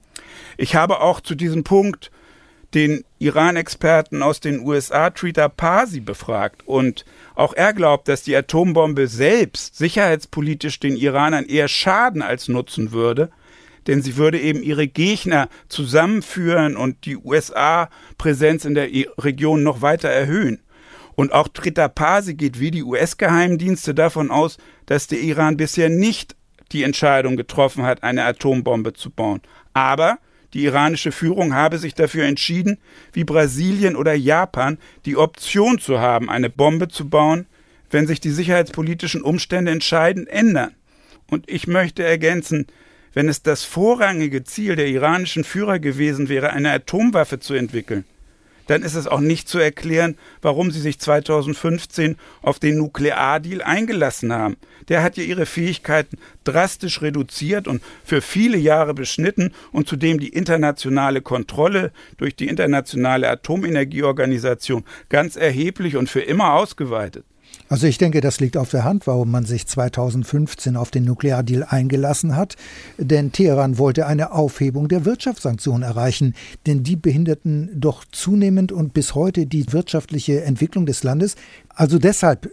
Ich habe auch zu diesem Punkt den Iran-Experten aus den USA, Trita Parsi, befragt. Und auch er glaubt, dass die Atombombe selbst sicherheitspolitisch den Iranern eher schaden als nutzen würde. denn sie würde eben ihre Gegner zusammenführen und die USA-Präsenz in der Region noch weiter erhöhen. Und auch Trita Parsi geht wie die US-Geheimdienste davon aus, dass der Iran bisher nicht die Entscheidung getroffen hat, eine Atombombe zu bauen. Aber die iranische Führung habe sich dafür entschieden, wie Brasilien oder Japan, die Option zu haben, eine Bombe zu bauen, wenn sich die sicherheitspolitischen Umstände entscheidend ändern. Und ich möchte ergänzen, wenn es das vorrangige Ziel der iranischen Führer gewesen wäre, eine Atomwaffe zu entwickeln, dann ist es auch nicht zu erklären, warum sie sich 2015 auf den Nukleardeal eingelassen haben. Der hat ja ihre Fähigkeiten drastisch reduziert und für viele Jahre beschnitten und zudem die internationale Kontrolle durch die Internationale Atomenergieorganisation ganz erheblich und für immer ausgeweitet. Also ich denke, das liegt auf der Hand, warum man sich 2015 auf den Nukleardeal eingelassen hat. Denn Teheran wollte eine Aufhebung der Wirtschaftssanktionen erreichen. Denn die behinderten doch zunehmend und bis heute die wirtschaftliche Entwicklung des Landes. Also deshalb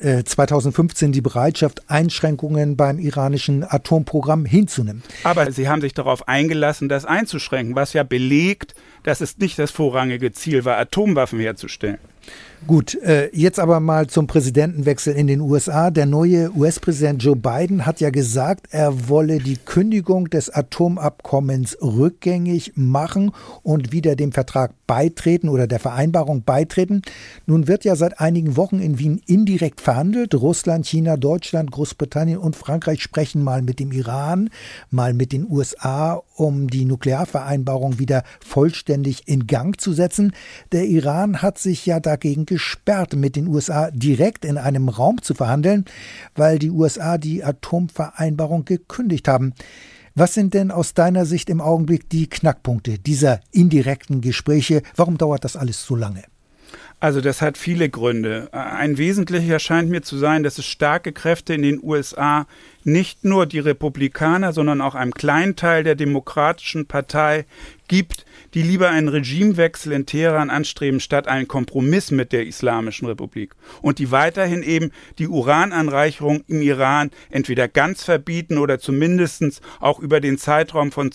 2015 die Bereitschaft, Einschränkungen beim iranischen Atomprogramm hinzunehmen. Aber sie haben sich darauf eingelassen, das einzuschränken, was ja belegt, dass es nicht das vorrangige Ziel war, Atomwaffen herzustellen. Gut, jetzt aber mal zum Präsidentenwechsel in den USA. Der neue US-Präsident Joe Biden hat ja gesagt, er wolle die Kündigung des Atomabkommens rückgängig machen und wieder dem Vertrag beitreten oder der Vereinbarung beitreten. Nun wird ja seit einigen Wochen in Wien indirekt verhandelt. Russland, China, Deutschland, Großbritannien und Frankreich sprechen mal mit dem Iran, mal mit den USA, um die Nuklearvereinbarung wieder vollständig in Gang zu setzen. Der Iran hat sich ja dagegen gesperrt, mit den USA direkt in einem Raum zu verhandeln, weil die USA die Atomvereinbarung gekündigt haben. Was sind denn aus deiner Sicht im Augenblick die Knackpunkte dieser indirekten Gespräche? Warum dauert das alles so lange? Also das hat viele Gründe. Ein wesentlicher scheint mir zu sein, dass es starke Kräfte in den USA, nicht nur die Republikaner, sondern auch einem kleinen Teil der Demokratischen Partei gibt, die lieber einen Regimewechsel in Teheran anstreben, statt einen Kompromiss mit der Islamischen Republik. Und die weiterhin eben die Urananreicherung im Iran entweder ganz verbieten oder zumindest auch über den Zeitraum von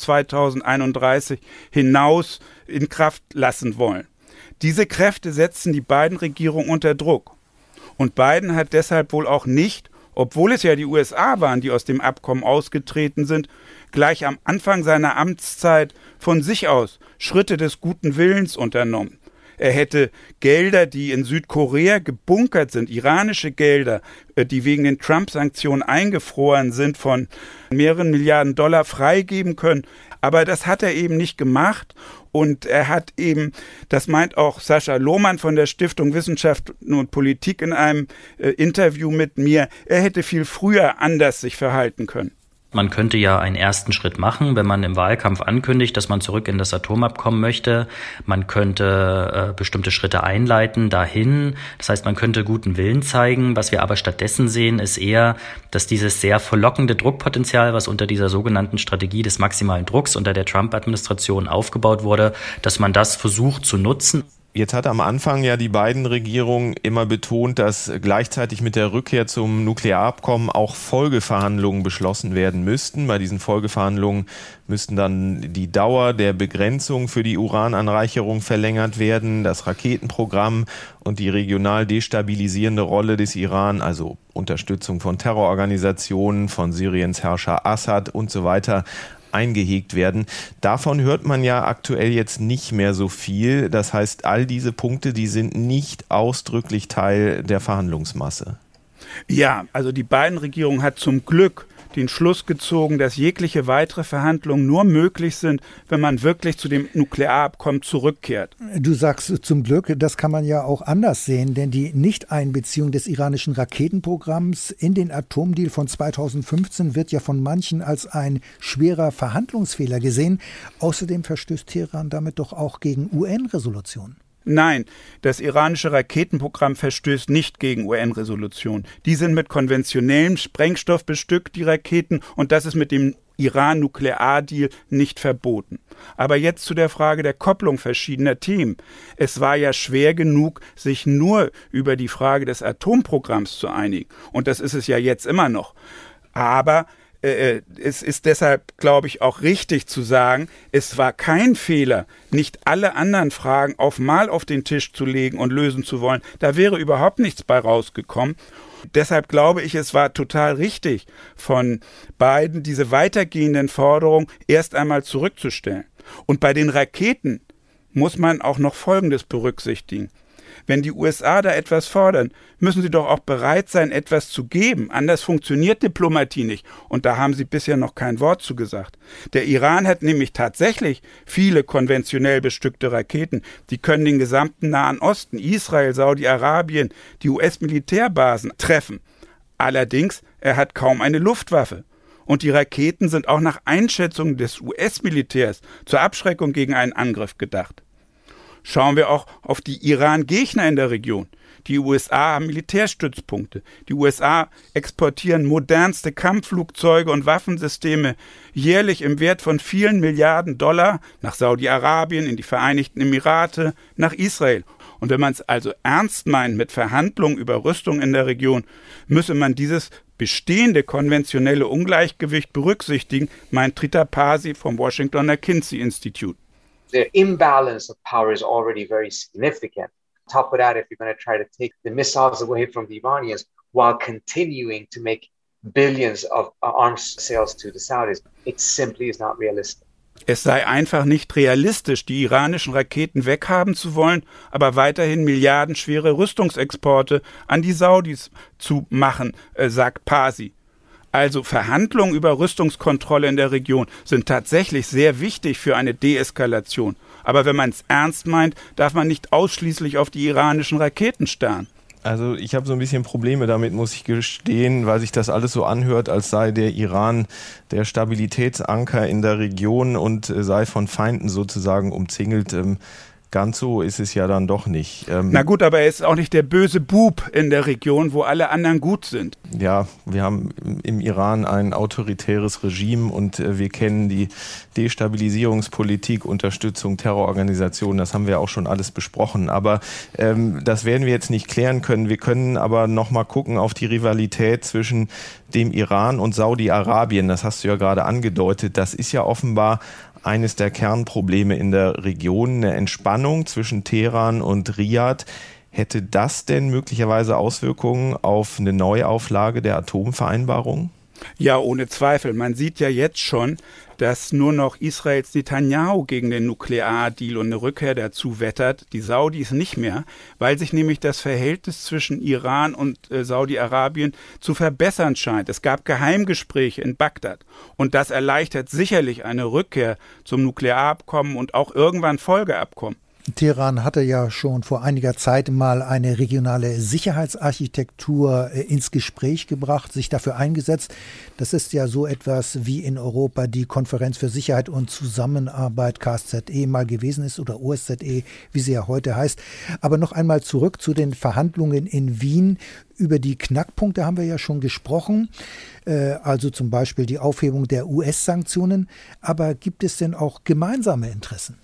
2031 hinaus in Kraft lassen wollen. Diese Kräfte setzen die beiden Regierungen unter Druck. Und Biden hat deshalb wohl auch nicht, obwohl es ja die USA waren, die aus dem Abkommen ausgetreten sind, gleich am Anfang seiner Amtszeit von sich aus Schritte des guten Willens unternommen. Er hätte Gelder, die in Südkorea gebunkert sind, iranische Gelder, die wegen den Trump-Sanktionen eingefroren sind, von mehreren Milliarden $, freigeben können. Aber das hat er eben nicht gemacht. Und er hat eben, das meint auch Sascha Lohmann von der Stiftung Wissenschaft und Politik in einem Interview mit mir, er hätte viel früher anders sich verhalten können. Man könnte ja einen ersten Schritt machen, wenn man im Wahlkampf ankündigt, dass man zurück in das Atomabkommen möchte. Man könnte bestimmte Schritte einleiten dahin. Das heißt, man könnte guten Willen zeigen. Was wir aber stattdessen sehen, ist eher, dass dieses sehr verlockende Druckpotenzial, was unter dieser sogenannten Strategie des maximalen Drucks unter der Trump-Administration aufgebaut wurde, dass man das versucht zu nutzen. Jetzt hat am Anfang ja die Biden-Regierung immer betont, dass gleichzeitig mit der Rückkehr zum Nuklearabkommen auch Folgeverhandlungen beschlossen werden müssten. Bei diesen Folgeverhandlungen müssten dann die Dauer der Begrenzung für die Urananreicherung verlängert werden, das Raketenprogramm und die regional destabilisierende Rolle des Iran, also Unterstützung von Terrororganisationen, von Syriens Herrscher Assad und so weiter, eingehegt werden. Davon hört man ja aktuell jetzt nicht mehr so viel. Das heißt, all diese Punkte, die sind nicht ausdrücklich Teil der Verhandlungsmasse. Ja, also die Biden-Regierung hat zum Glück den Schluss gezogen, dass jegliche weitere Verhandlungen nur möglich sind, wenn man wirklich zu dem Nuklearabkommen zurückkehrt. Du sagst zum Glück, das kann man ja auch anders sehen, denn die Nichteinbeziehung des iranischen Raketenprogramms in den Atomdeal von 2015 wird ja von manchen als ein schwerer Verhandlungsfehler gesehen. Außerdem verstößt Teheran damit doch auch gegen UN-Resolutionen. Nein, das iranische Raketenprogramm verstößt nicht gegen UN-Resolutionen. Die sind mit konventionellem Sprengstoff bestückt, die Raketen, und das ist mit dem Iran-Nukleardeal nicht verboten. Aber jetzt zu der Frage der Kopplung verschiedener Themen. Es war ja schwer genug, sich nur über die Frage des Atomprogramms zu einigen. Und das ist es ja jetzt immer noch. Aber es ist deshalb, glaube ich, auch richtig zu sagen, es war kein Fehler, nicht alle anderen Fragen auf einmal auf den Tisch zu legen und lösen zu wollen. Da wäre überhaupt nichts bei rausgekommen. Deshalb glaube ich, es war total richtig von Biden, diese weitergehenden Forderungen erst einmal zurückzustellen. Und bei den Raketen muss man auch noch Folgendes berücksichtigen. Wenn die USA da etwas fordern, müssen sie doch auch bereit sein, etwas zu geben. Anders funktioniert Diplomatie nicht. Und da haben sie bisher noch kein Wort zu gesagt. Der Iran hat nämlich tatsächlich viele konventionell bestückte Raketen. Die können den gesamten Nahen Osten, Israel, Saudi-Arabien, die US-Militärbasen treffen. Allerdings, er hat kaum eine Luftwaffe. Und die Raketen sind auch nach Einschätzung des US-Militärs zur Abschreckung gegen einen Angriff gedacht. Schauen wir auch auf die Iran-Gegner in der Region. Die USA haben Militärstützpunkte. Die USA exportieren modernste Kampfflugzeuge und Waffensysteme jährlich im Wert von vielen Milliarden Dollar nach Saudi-Arabien, in die Vereinigten Emirate, nach Israel. Und wenn man es also ernst meint mit Verhandlungen über Rüstung in der Region, müsse man dieses bestehende konventionelle Ungleichgewicht berücksichtigen, meint Trita Parsi vom Washingtoner Kinsey Institute. The imbalance of power is already very significant. On top of that, if you're going to try to take the missiles away from the Iranians while continuing to make billions of arms sales to the Saudis, it simply is not realistic. Es sei einfach nicht realistisch, die iranischen Raketen weghaben zu wollen, aber weiterhin milliardenschwere Rüstungsexporte an die Saudis zu machen, sagt Parsi. Also Verhandlungen über Rüstungskontrolle in der Region sind tatsächlich sehr wichtig für eine Deeskalation. Aber wenn man es ernst meint, darf man nicht ausschließlich auf die iranischen Raketen starren. Also ich habe so ein bisschen Probleme damit, muss ich gestehen, weil sich das alles so anhört, als sei der Iran der Stabilitätsanker in der Region und sei von Feinden sozusagen umzingelt. Ganz so ist es ja dann doch nicht. Na gut, aber er ist auch nicht der böse Bub in der Region, wo alle anderen gut sind. Ja, wir haben im Iran ein autoritäres Regime und wir kennen die Destabilisierungspolitik, Unterstützung, Terrororganisationen, das haben wir auch schon alles besprochen. Aber das werden wir jetzt nicht klären können. Wir können aber noch mal gucken auf die Rivalität zwischen dem Iran und Saudi-Arabien. Das hast du ja gerade angedeutet. Das ist ja offenbar eines der Kernprobleme in der Region, eine Entspannung zwischen Teheran und Riad. Hätte das denn möglicherweise Auswirkungen auf eine Neuauflage der Atomvereinbarung? Ja, ohne Zweifel. Man sieht ja jetzt schon, dass nur noch Israels Netanyahu gegen den Nukleardeal und eine Rückkehr dazu wettert, die Saudis nicht mehr, weil sich nämlich das Verhältnis zwischen Iran und Saudi-Arabien zu verbessern scheint. Es gab Geheimgespräche in Bagdad und das erleichtert sicherlich eine Rückkehr zum Nuklearabkommen und auch irgendwann Folgeabkommen. Teheran hatte ja schon vor einiger Zeit mal eine regionale Sicherheitsarchitektur ins Gespräch gebracht, sich dafür eingesetzt. Das ist ja so etwas wie in Europa die Konferenz für Sicherheit und Zusammenarbeit KSZE mal gewesen ist oder OSZE, wie sie ja heute heißt. Aber noch einmal zurück zu den Verhandlungen in Wien. Über die Knackpunkte haben wir ja schon gesprochen, also zum Beispiel die Aufhebung der US-Sanktionen. Aber gibt es denn auch gemeinsame Interessen?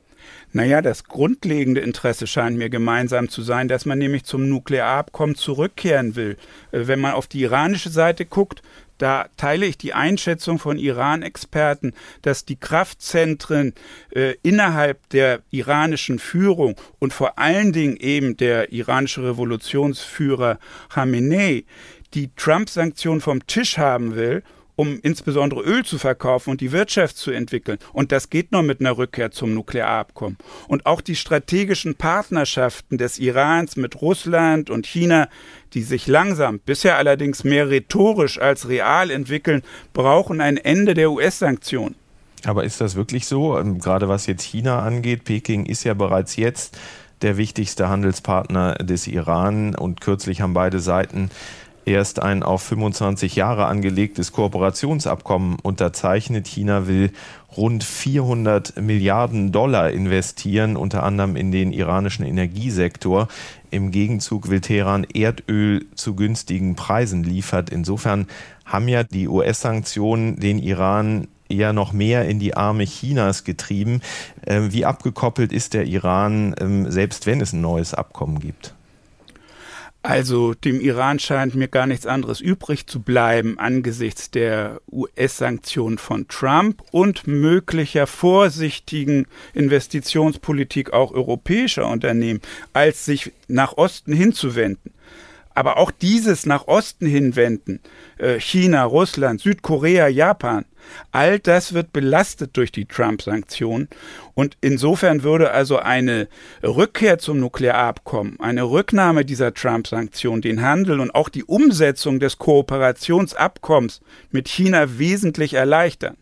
Naja, das grundlegende Interesse scheint mir gemeinsam zu sein, dass man nämlich zum Nuklearabkommen zurückkehren will. Wenn man auf die iranische Seite guckt, da teile ich die Einschätzung von Iran-Experten, dass die Kraftzentren innerhalb der iranischen Führung und vor allen Dingen eben der iranische Revolutionsführer Khamenei die Trump-Sanktionen vom Tisch haben will, um insbesondere Öl zu verkaufen und die Wirtschaft zu entwickeln. Und das geht nur mit einer Rückkehr zum Nuklearabkommen. Und auch die strategischen Partnerschaften des Irans mit Russland und China, die sich langsam, bisher allerdings mehr rhetorisch als real entwickeln, brauchen ein Ende der US-Sanktionen. Aber ist das wirklich so? Gerade was jetzt China angeht, Peking ist ja bereits jetzt der wichtigste Handelspartner des Iran und kürzlich haben beide Seiten erst ein auf 25 Jahre angelegtes Kooperationsabkommen unterzeichnet. China will rund 400 Milliarden Dollar investieren, unter anderem in den iranischen Energiesektor. Im Gegenzug will Teheran Erdöl zu günstigen Preisen liefern. Insofern haben ja die US-Sanktionen den Iran eher noch mehr in die Arme Chinas getrieben. Wie abgekoppelt ist der Iran, selbst wenn es ein neues Abkommen gibt? Also dem Iran scheint mir gar nichts anderes übrig zu bleiben angesichts der US-Sanktionen von Trump und möglicher vorsichtigen Investitionspolitik auch europäischer Unternehmen, als sich nach Osten hinzuwenden. Aber auch dieses nach Osten hinwenden, China, Russland, Südkorea, Japan, all das wird belastet durch die Trump-Sanktionen. Und insofern würde also eine Rückkehr zum Nuklearabkommen, eine Rücknahme dieser Trump-Sanktionen, den Handel und auch die Umsetzung des Kooperationsabkommens mit China wesentlich erleichtern.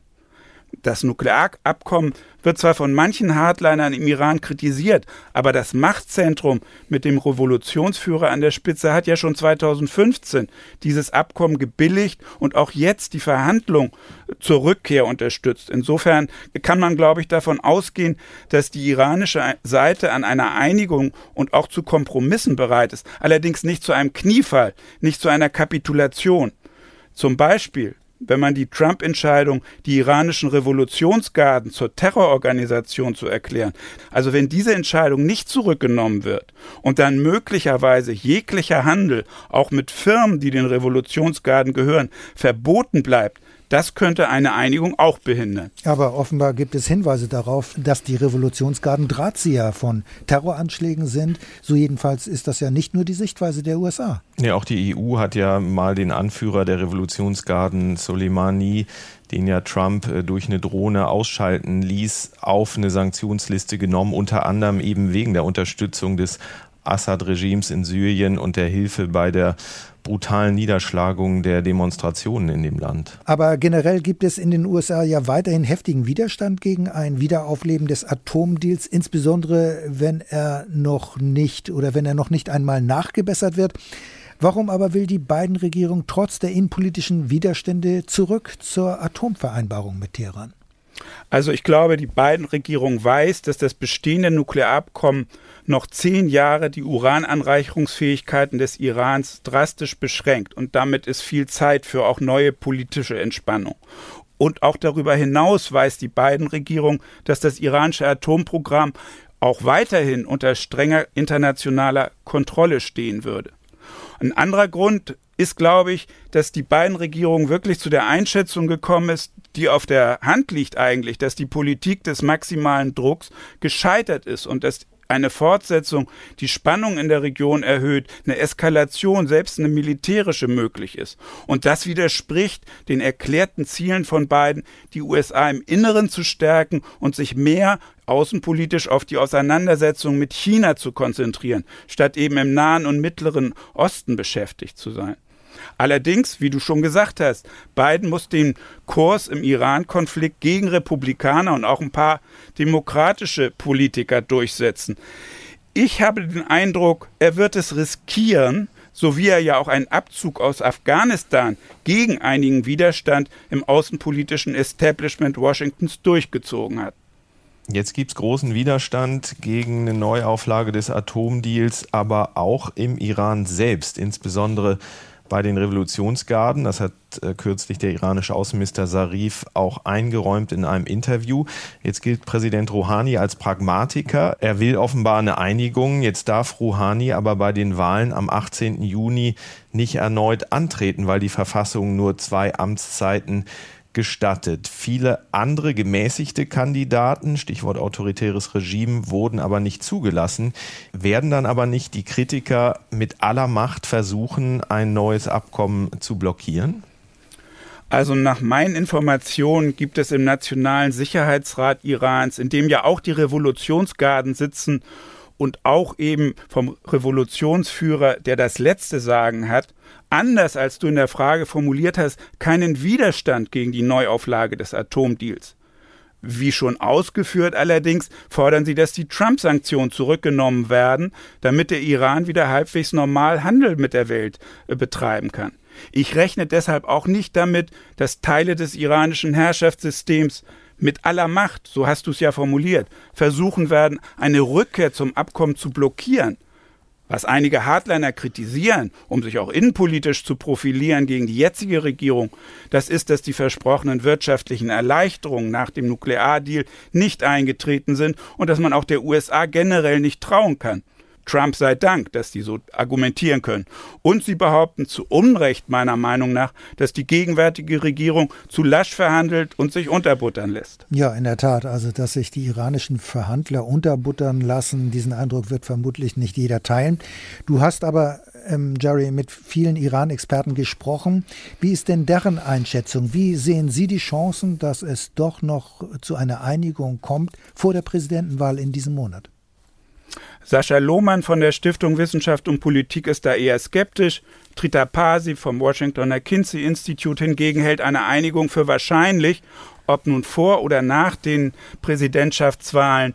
Das Nuklearabkommen wird zwar von manchen Hardlinern im Iran kritisiert, aber das Machtzentrum mit dem Revolutionsführer an der Spitze hat ja schon 2015 dieses Abkommen gebilligt und auch jetzt die Verhandlung zur Rückkehr unterstützt. Insofern kann man, glaube ich, davon ausgehen, dass die iranische Seite an einer Einigung und auch zu Kompromissen bereit ist, allerdings nicht zu einem Kniefall, nicht zu einer Kapitulation. Zum Beispiel, wenn man die Trump-Entscheidung, die iranischen Revolutionsgarden zur Terrororganisation zu erklären, also wenn diese Entscheidung nicht zurückgenommen wird und dann möglicherweise jeglicher Handel, auch mit Firmen, die den Revolutionsgarden gehören, verboten bleibt, das könnte eine Einigung auch behindern. Aber offenbar gibt es Hinweise darauf, dass die Revolutionsgarden Drahtzieher von Terroranschlägen sind. So jedenfalls ist das ja nicht nur die Sichtweise der USA. Ja, auch die EU hat ja mal den Anführer der Revolutionsgarden, Soleimani, den ja Trump durch eine Drohne ausschalten ließ, auf eine Sanktionsliste genommen, unter anderem eben wegen der Unterstützung des Assad-Regimes in Syrien und der Hilfe bei der brutalen Niederschlagung der Demonstrationen in dem Land. Aber generell gibt es in den USA ja weiterhin heftigen Widerstand gegen ein Wiederaufleben des Atomdeals, insbesondere wenn er noch nicht einmal nachgebessert wird. Warum aber will die Biden-Regierung trotz der innenpolitischen Widerstände zurück zur Atomvereinbarung mit Teheran? Also ich glaube, die Biden-Regierung weiß, dass das bestehende Nuklearabkommen noch 10 Jahre die Urananreicherungsfähigkeiten des Irans drastisch beschränkt. Und damit ist viel Zeit für auch neue politische Entspannung. Und auch darüber hinaus weiß die Biden-Regierung, dass das iranische Atomprogramm auch weiterhin unter strenger internationaler Kontrolle stehen würde. Ein anderer Grund ist, glaube ich, dass die Biden-Regierung wirklich zu der Einschätzung gekommen ist, die auf der Hand liegt eigentlich, dass die Politik des maximalen Drucks gescheitert ist und dass eine Fortsetzung die Spannung in der Region erhöht, eine Eskalation, selbst eine militärische möglich ist. Und das widerspricht den erklärten Zielen von Biden, die USA im Inneren zu stärken und sich mehr außenpolitisch auf die Auseinandersetzung mit China zu konzentrieren, statt eben im Nahen und Mittleren Osten beschäftigt zu sein. Allerdings, wie du schon gesagt hast, Biden muss den Kurs im Iran-Konflikt gegen Republikaner und auch ein paar demokratische Politiker durchsetzen. Ich habe den Eindruck, er wird es riskieren, so wie er ja auch einen Abzug aus Afghanistan gegen einigen Widerstand im außenpolitischen Establishment Washingtons durchgezogen hat. Jetzt gibt es großen Widerstand gegen eine Neuauflage des Atomdeals, aber auch im Iran selbst, insbesondere bei den Revolutionsgarden. Das hat kürzlich der iranische Außenminister Zarif auch eingeräumt in einem Interview. Jetzt gilt Präsident Rouhani als Pragmatiker. Er will offenbar eine Einigung. Jetzt darf Rouhani aber bei den Wahlen am 18. Juni nicht erneut antreten, weil die Verfassung nur 2 Amtszeiten gestattet. Viele andere gemäßigte Kandidaten, Stichwort autoritäres Regime, wurden aber nicht zugelassen. Werden dann aber nicht die Kritiker mit aller Macht versuchen, ein neues Abkommen zu blockieren? Also nach meinen Informationen gibt es im Nationalen Sicherheitsrat Irans, in dem ja auch die Revolutionsgarden sitzen und auch eben vom Revolutionsführer, der das letzte Sagen hat, anders als du in der Frage formuliert hast, keinen Widerstand gegen die Neuauflage des Atomdeals. Wie schon ausgeführt allerdings, fordern sie, dass die Trump-Sanktionen zurückgenommen werden, damit der Iran wieder halbwegs normal Handel mit der Welt betreiben kann. Ich rechne deshalb auch nicht damit, dass Teile des iranischen Herrschaftssystems mit aller Macht, so hast du es ja formuliert, versuchen werden, eine Rückkehr zum Abkommen zu blockieren. Was einige Hardliner kritisieren, um sich auch innenpolitisch zu profilieren gegen die jetzige Regierung, das ist, dass die versprochenen wirtschaftlichen Erleichterungen nach dem Nukleardeal nicht eingetreten sind und dass man auch der USA generell nicht trauen kann. Trump sei Dank, dass die so argumentieren können. Und sie behaupten zu Unrecht meiner Meinung nach, dass die gegenwärtige Regierung zu lasch verhandelt und sich unterbuttern lässt. Ja, in der Tat. Also, dass sich die iranischen Verhandler unterbuttern lassen, diesen Eindruck wird vermutlich nicht jeder teilen. Du hast aber, Jerry, mit vielen Iran-Experten gesprochen. Wie ist denn deren Einschätzung? Wie sehen Sie die Chancen, dass es doch noch zu einer Einigung kommt vor der Präsidentenwahl in diesem Monat? Sascha Lohmann von der Stiftung Wissenschaft und Politik ist da eher skeptisch. Trita Parsi vom Washingtoner Kinsey Institute hingegen hält eine Einigung für wahrscheinlich. Ob nun vor oder nach den Präsidentschaftswahlen.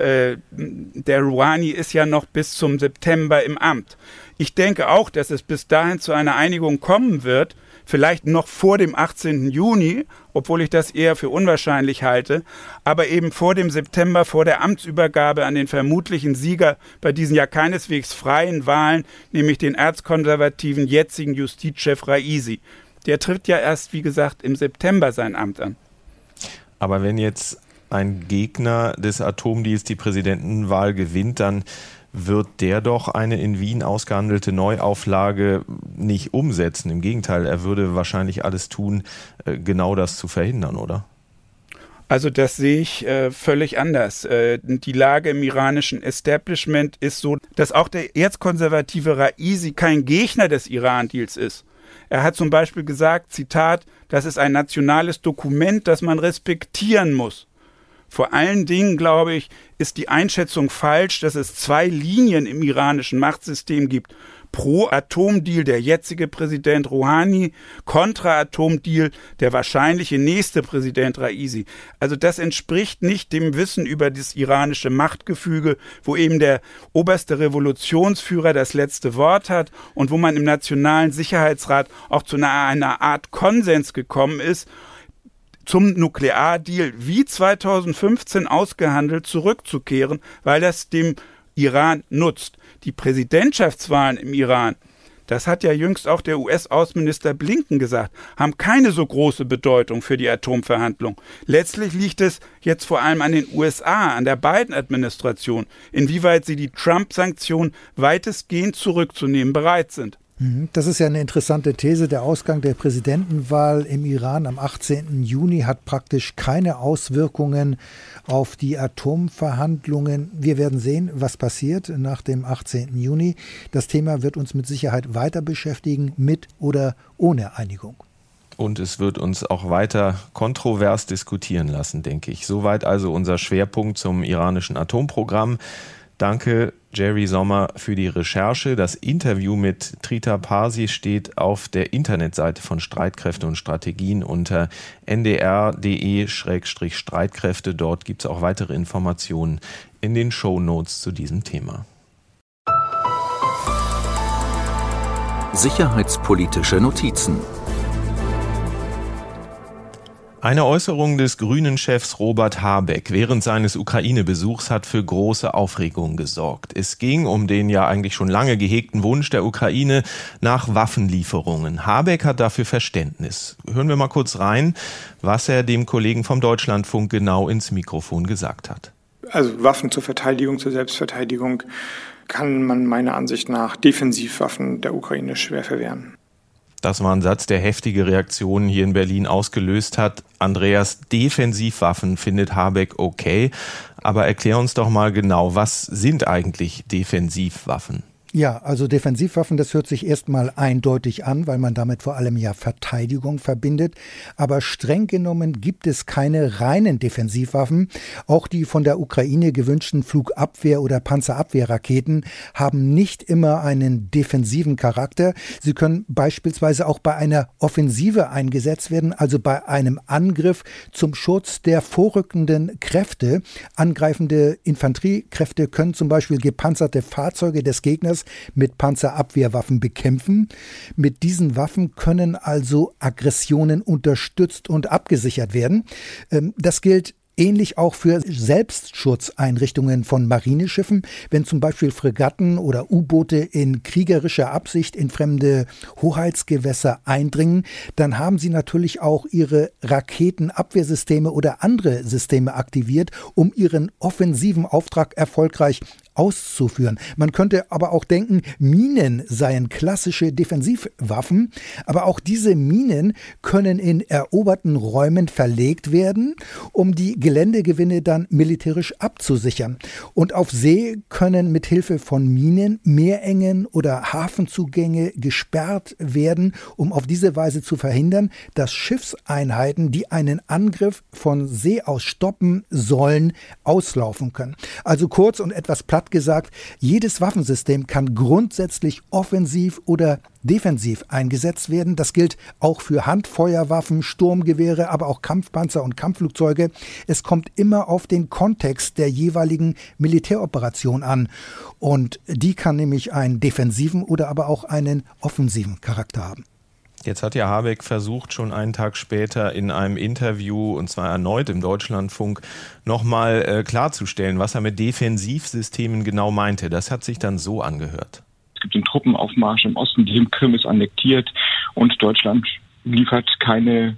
Der Rouhani ist ja noch bis zum September im Amt. Ich denke auch, dass es bis dahin zu einer Einigung kommen wird, vielleicht noch vor dem 18. Juni, obwohl ich das eher für unwahrscheinlich halte, aber eben vor dem September, vor der Amtsübergabe an den vermutlichen Sieger bei diesen ja keineswegs freien Wahlen, nämlich den erzkonservativen jetzigen Justizchef Raisi. Der tritt ja erst, wie gesagt, im September sein Amt an. Aber wenn jetzt ein Gegner des Atomdeals die Präsidentenwahl gewinnt, dann wird der doch eine in Wien ausgehandelte Neuauflage nicht umsetzen. Im Gegenteil, er würde wahrscheinlich alles tun, genau das zu verhindern, oder? Also das sehe ich völlig anders. Die Lage im iranischen Establishment ist so, dass auch der erzkonservative Raisi kein Gegner des Iran-Deals ist. Er hat zum Beispiel gesagt, Zitat, das ist ein nationales Dokument, das man respektieren muss. Vor allen Dingen, glaube ich, ist die Einschätzung falsch, dass es zwei Linien im iranischen Machtsystem gibt. Pro-Atomdeal der jetzige Präsident Rouhani, Kontra-Atomdeal der wahrscheinliche nächste Präsident Raisi. Also das entspricht nicht dem Wissen über das iranische Machtgefüge, wo eben der oberste Revolutionsführer das letzte Wort hat und wo man im Nationalen Sicherheitsrat auch zu einer Art Konsens gekommen ist, zum Nukleardeal wie 2015 ausgehandelt zurückzukehren, weil das dem Iran nutzt. Die Präsidentschaftswahlen im Iran, das hat ja jüngst auch der US-Außenminister Blinken gesagt, haben keine so große Bedeutung für die Atomverhandlung. Letztlich liegt es jetzt vor allem an den USA, an der Biden-Administration, inwieweit sie die Trump-Sanktionen weitestgehend zurückzunehmen bereit sind. Das ist ja eine interessante These. Der Ausgang der Präsidentenwahl im Iran am 18. Juni hat praktisch keine Auswirkungen auf die Atomverhandlungen. Wir werden sehen, was passiert nach dem 18. Juni. Das Thema wird uns mit Sicherheit weiter beschäftigen, mit oder ohne Einigung. Und es wird uns auch weiter kontrovers diskutieren lassen, denke ich. Soweit also unser Schwerpunkt zum iranischen Atomprogramm. Danke, Jerry Sommer, für die Recherche. Das Interview mit Trita Parsi steht auf der Internetseite von Streitkräfte und Strategien unter ndr.de/Streitkräfte. Dort gibt es auch weitere Informationen in den Shownotes zu diesem Thema. Sicherheitspolitische Notizen. Eine Äußerung des Grünen-Chefs Robert Habeck während seines Ukraine-Besuchs hat für große Aufregung gesorgt. Es ging um den ja eigentlich schon lange gehegten Wunsch der Ukraine nach Waffenlieferungen. Habeck hat dafür Verständnis. Hören wir mal kurz rein, was er dem Kollegen vom Deutschlandfunk genau ins Mikrofon gesagt hat. Also Waffen zur Verteidigung, zur Selbstverteidigung kann man meiner Ansicht nach Defensivwaffen der Ukraine schwer verwehren. Das war ein Satz, der heftige Reaktionen hier in Berlin ausgelöst hat. Andreas, Defensivwaffen findet Habeck okay. Aber erklär uns doch mal genau, was sind eigentlich Defensivwaffen? Ja, also Defensivwaffen, das hört sich erstmal eindeutig an, weil man damit vor allem ja Verteidigung verbindet. Aber streng genommen gibt es keine reinen Defensivwaffen. Auch die von der Ukraine gewünschten Flugabwehr- oder Panzerabwehrraketen haben nicht immer einen defensiven Charakter. Sie können beispielsweise auch bei einer Offensive eingesetzt werden, also bei einem Angriff zum Schutz der vorrückenden Kräfte. Angreifende Infanteriekräfte können zum Beispiel gepanzerte Fahrzeuge des Gegners mit Panzerabwehrwaffen bekämpfen. Mit diesen Waffen können also Aggressionen unterstützt und abgesichert werden. Das gilt ähnlich auch für Selbstschutzeinrichtungen von Marineschiffen. Wenn zum Beispiel Fregatten oder U-Boote in kriegerischer Absicht in fremde Hoheitsgewässer eindringen, dann haben sie natürlich auch ihre Raketenabwehrsysteme oder andere Systeme aktiviert, um ihren offensiven Auftrag erfolgreich auszuführen. Man könnte aber auch denken, Minen seien klassische Defensivwaffen, aber auch diese Minen können in eroberten Räumen verlegt werden, um die Geländegewinne dann militärisch abzusichern. Und auf See können mit Hilfe von Minen Meerengen oder Hafenzugänge gesperrt werden, um auf diese Weise zu verhindern, dass Schiffseinheiten, die einen Angriff von See aus stoppen sollen, auslaufen können. Also kurz und etwas platt gesagt, jedes Waffensystem kann grundsätzlich offensiv oder defensiv eingesetzt werden. Das gilt auch für Handfeuerwaffen, Sturmgewehre, aber auch Kampfpanzer und Kampfflugzeuge. Es kommt immer auf den Kontext der jeweiligen Militäroperation an. Und die kann nämlich einen defensiven oder aber auch einen offensiven Charakter haben. Jetzt hat ja Habeck versucht, schon einen Tag später in einem Interview, und zwar erneut im Deutschlandfunk, nochmal klarzustellen, was er mit Defensivsystemen genau meinte. Das hat sich dann so angehört. Es gibt einen Truppenaufmarsch im Osten, die Krim ist annektiert und Deutschland liefert keine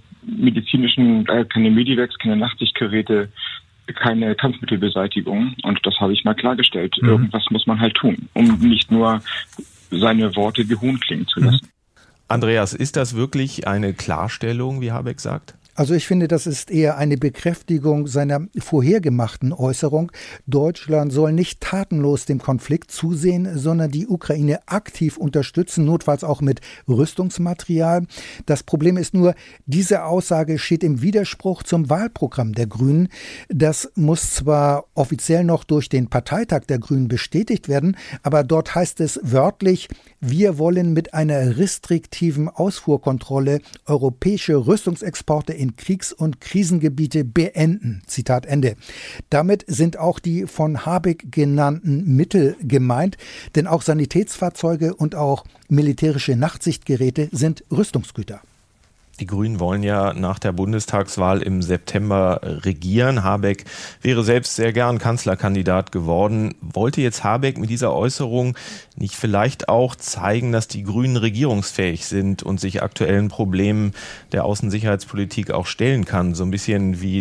keine Medivacs, keine Nachtsichtgeräte, keine Kampfmittelbeseitigung. Und das habe ich mal klargestellt. Irgendwas muss man halt tun, um nicht nur seine Worte wie Hohn klingen zu lassen. Andreas, ist das wirklich eine Klarstellung, wie Habeck sagt? Also ich finde, das ist eher eine Bekräftigung seiner vorhergemachten Äußerung. Deutschland soll nicht tatenlos dem Konflikt zusehen, sondern die Ukraine aktiv unterstützen, notfalls auch mit Rüstungsmaterial. Das Problem ist nur, diese Aussage steht im Widerspruch zum Wahlprogramm der Grünen. Das muss zwar offiziell noch durch den Parteitag der Grünen bestätigt werden, aber dort heißt es wörtlich, wir wollen mit einer restriktiven Ausfuhrkontrolle europäische Rüstungsexporte in Kriegs- und Krisengebiete beenden. Zitat Ende. Damit sind auch die von Habeck genannten Mittel gemeint, denn auch Sanitätsfahrzeuge und auch militärische Nachtsichtgeräte sind Rüstungsgüter. Die Grünen wollen ja nach der Bundestagswahl im September regieren. Habeck wäre selbst sehr gern Kanzlerkandidat geworden. Wollte jetzt Habeck mit dieser Äußerung nicht vielleicht auch zeigen, dass die Grünen regierungsfähig sind und sich aktuellen Problemen der Außensicherheitspolitik auch stellen kann? So ein bisschen wie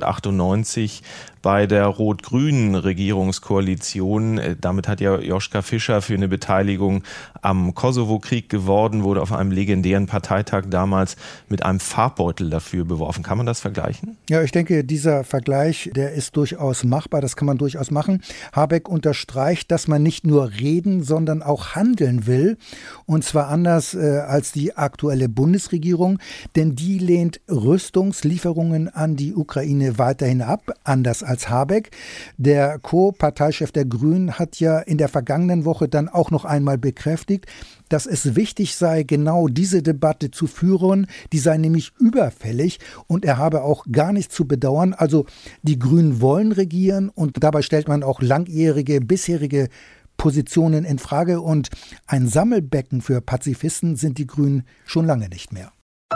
1998 bei der rot-grünen Regierungskoalition. Damit hat ja Joschka Fischer für eine Beteiligung am Kosovo-Krieg geworben, wurde auf einem legendären Parteitag damals mit einem Farbbeutel dafür beworfen. Kann man das vergleichen? Ja, ich denke, dieser Vergleich, der ist durchaus machbar. Das kann man durchaus machen. Habeck unterstreicht, dass man nicht nur reden, sondern auch handeln will. Und zwar anders als die aktuelle Bundesregierung. Denn die lehnt Rüstungslieferungen an die Ukraine weiterhin ab, anders als Habeck. Der Co-Parteichef der Grünen hat ja in der vergangenen Woche dann auch noch einmal bekräftigt, dass es wichtig sei, genau diese Debatte zu führen. Die sei nämlich überfällig und er habe auch gar nichts zu bedauern. Also die Grünen wollen regieren und dabei stellt man auch langjährige, bisherige Positionen in Frage und ein Sammelbecken für Pazifisten sind die Grünen schon lange nicht mehr.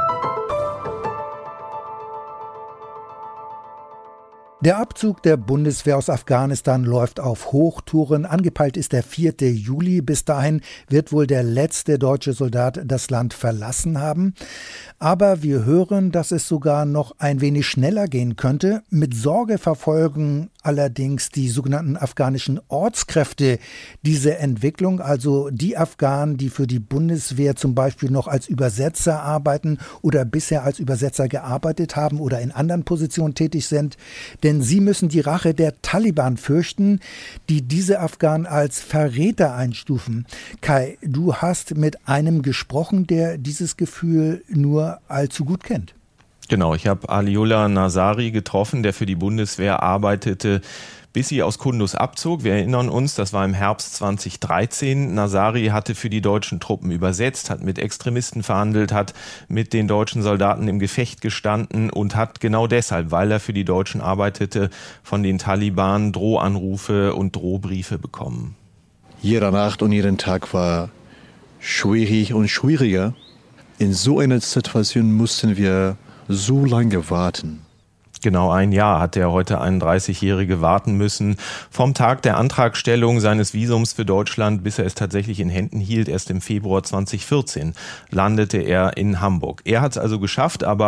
Der Abzug der Bundeswehr aus Afghanistan läuft auf Hochtouren. Angepeilt ist der 4. Juli. Bis dahin wird wohl der letzte deutsche Soldat das Land verlassen haben. Aber wir hören, dass es sogar noch ein wenig schneller gehen könnte. Mit Sorge verfolgen allerdings die sogenannten afghanischen Ortskräfte diese Entwicklung. Also die Afghanen, die für die Bundeswehr zum Beispiel noch als Übersetzer arbeiten oder bisher als Übersetzer gearbeitet haben oder in anderen Positionen tätig sind. Denn sie müssen die Rache der Taliban fürchten, die diese Afghanen als Verräter einstufen. Kai, du hast mit einem gesprochen, der dieses Gefühl nur allzu gut kennt. Genau, ich habe Aliullah Nazari getroffen, der für die Bundeswehr arbeitete, bis sie aus Kunduz abzog. Wir erinnern uns, das war im Herbst 2013. Nazari hatte für die deutschen Truppen übersetzt, hat mit Extremisten verhandelt, hat mit den deutschen Soldaten im Gefecht gestanden und hat genau deshalb, weil er für die Deutschen arbeitete, von den Taliban Drohanrufe und Drohbriefe bekommen. Jede Nacht und jeden Tag war schwierig und schwieriger. In so einer Situation mussten wir so lange warten. Genau ein Jahr hat der heute 31-Jährige warten müssen. Vom Tag der Antragstellung seines Visums für Deutschland, bis er es tatsächlich in Händen hielt, erst im Februar 2014, landete er in Hamburg. Er hat es also geschafft, aber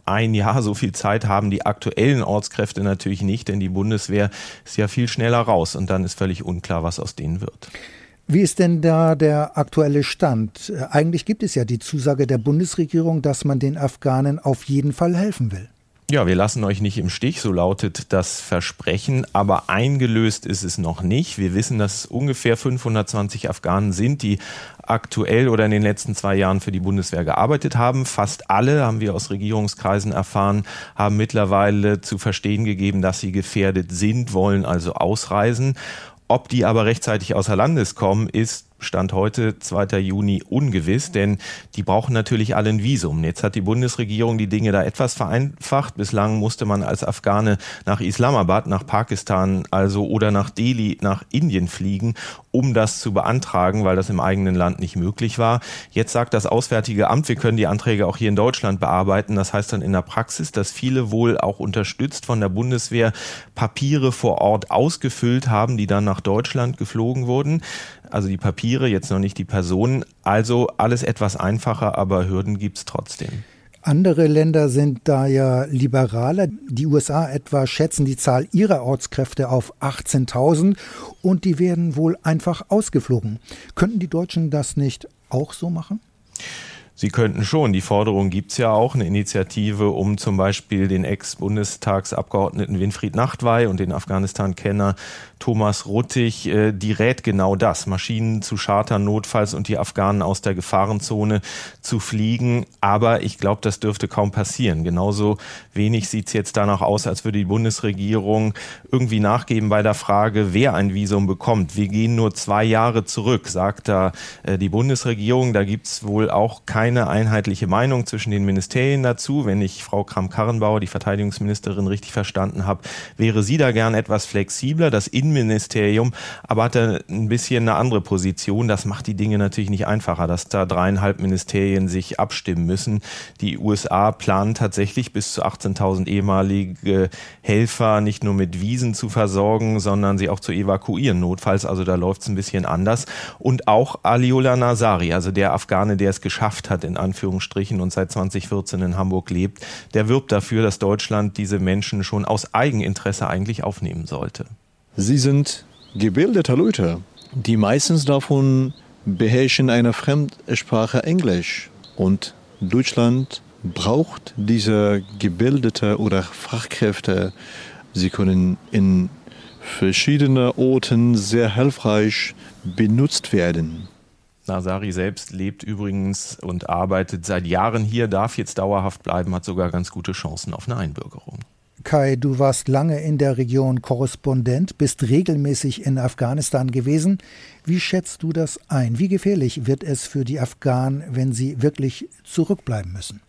ein Jahr. So viel Zeit haben die aktuellen Ortskräfte natürlich nicht, denn die Bundeswehr ist ja viel schneller raus und dann ist völlig unklar, was aus denen wird. Wie ist denn da der aktuelle Stand? Eigentlich gibt es ja die Zusage der Bundesregierung, dass man den Afghanen auf jeden Fall helfen will. Ja, wir lassen euch nicht im Stich, so lautet das Versprechen, aber eingelöst ist es noch nicht. Wir wissen, dass es ungefähr 520 Afghanen sind, die aktuell oder in den letzten 2 Jahren für die Bundeswehr gearbeitet haben. Fast alle, haben wir aus Regierungskreisen erfahren, haben mittlerweile zu verstehen gegeben, dass sie gefährdet sind, wollen also ausreisen. Ob die aber rechtzeitig außer Landes kommen, ist Stand heute, 2. Juni, ungewiss, denn die brauchen natürlich alle ein Visum. Jetzt hat die Bundesregierung die Dinge da etwas vereinfacht. Bislang musste man als Afghane nach Islamabad, nach Pakistan also oder nach Delhi, nach Indien fliegen, um das zu beantragen, weil das im eigenen Land nicht möglich war. Jetzt sagt das Auswärtige Amt, wir können die Anträge auch hier in Deutschland bearbeiten. Das heißt dann in der Praxis, dass viele wohl auch unterstützt von der Bundeswehr Papiere vor Ort ausgefüllt haben, die dann nach Deutschland geflogen wurden. Also die Papiere, jetzt noch nicht die Personen. Also alles etwas einfacher, aber Hürden gibt's trotzdem. Andere Länder sind da ja liberaler. Die USA etwa schätzen die Zahl ihrer Ortskräfte auf 18.000 und die werden wohl einfach ausgeflogen. Könnten die Deutschen das nicht auch so machen? Sie könnten schon. Die Forderung gibt's ja auch, eine Initiative, um zum Beispiel den Ex-Bundestagsabgeordneten Winfried Nachtwey und den Afghanistan-Kenner Thomas Ruttig, die rät genau das, Maschinen zu chartern notfalls und die Afghanen aus der Gefahrenzone zu fliegen. Aber ich glaube, das dürfte kaum passieren. Genauso wenig sieht's jetzt danach aus, als würde die Bundesregierung irgendwie nachgeben bei der Frage, wer ein Visum bekommt. Wir gehen nur 2 Jahre zurück, sagt da die Bundesregierung. Da gibt's wohl auch keine einheitliche Meinung zwischen den Ministerien dazu. Wenn ich Frau Kramp-Karrenbauer, die Verteidigungsministerin, richtig verstanden habe, wäre sie da gern etwas flexibler. Das Innenministerium aber hat da ein bisschen eine andere Position. Das macht die Dinge natürlich nicht einfacher, dass da 3,5 Ministerien sich abstimmen müssen. Die USA planen tatsächlich bis zu 18.000 ehemalige Helfer nicht nur mit Visen zu versorgen, sondern sie auch zu evakuieren notfalls. Also da läuft es ein bisschen anders. Und auch Aliullah Nazari, also der Afghane, der es geschafft hat, in Anführungsstrichen, und seit 2014 in Hamburg lebt, der wirbt dafür, dass Deutschland diese Menschen schon aus Eigeninteresse eigentlich aufnehmen sollte. Sie sind gebildete Leute. Die meisten davon beherrschen eine Fremdsprache Englisch. Und Deutschland braucht diese gebildete oder Fachkräfte. Sie können in verschiedenen Orten sehr hilfreich benutzt werden. Nazari selbst lebt übrigens und arbeitet seit Jahren hier, darf jetzt dauerhaft bleiben, hat sogar ganz gute Chancen auf eine Einbürgerung. Kai, du warst lange in der Region Korrespondent, bist regelmäßig in Afghanistan gewesen. Wie schätzt du das ein? Wie gefährlich wird es für die Afghanen, wenn sie wirklich zurückbleiben müssen?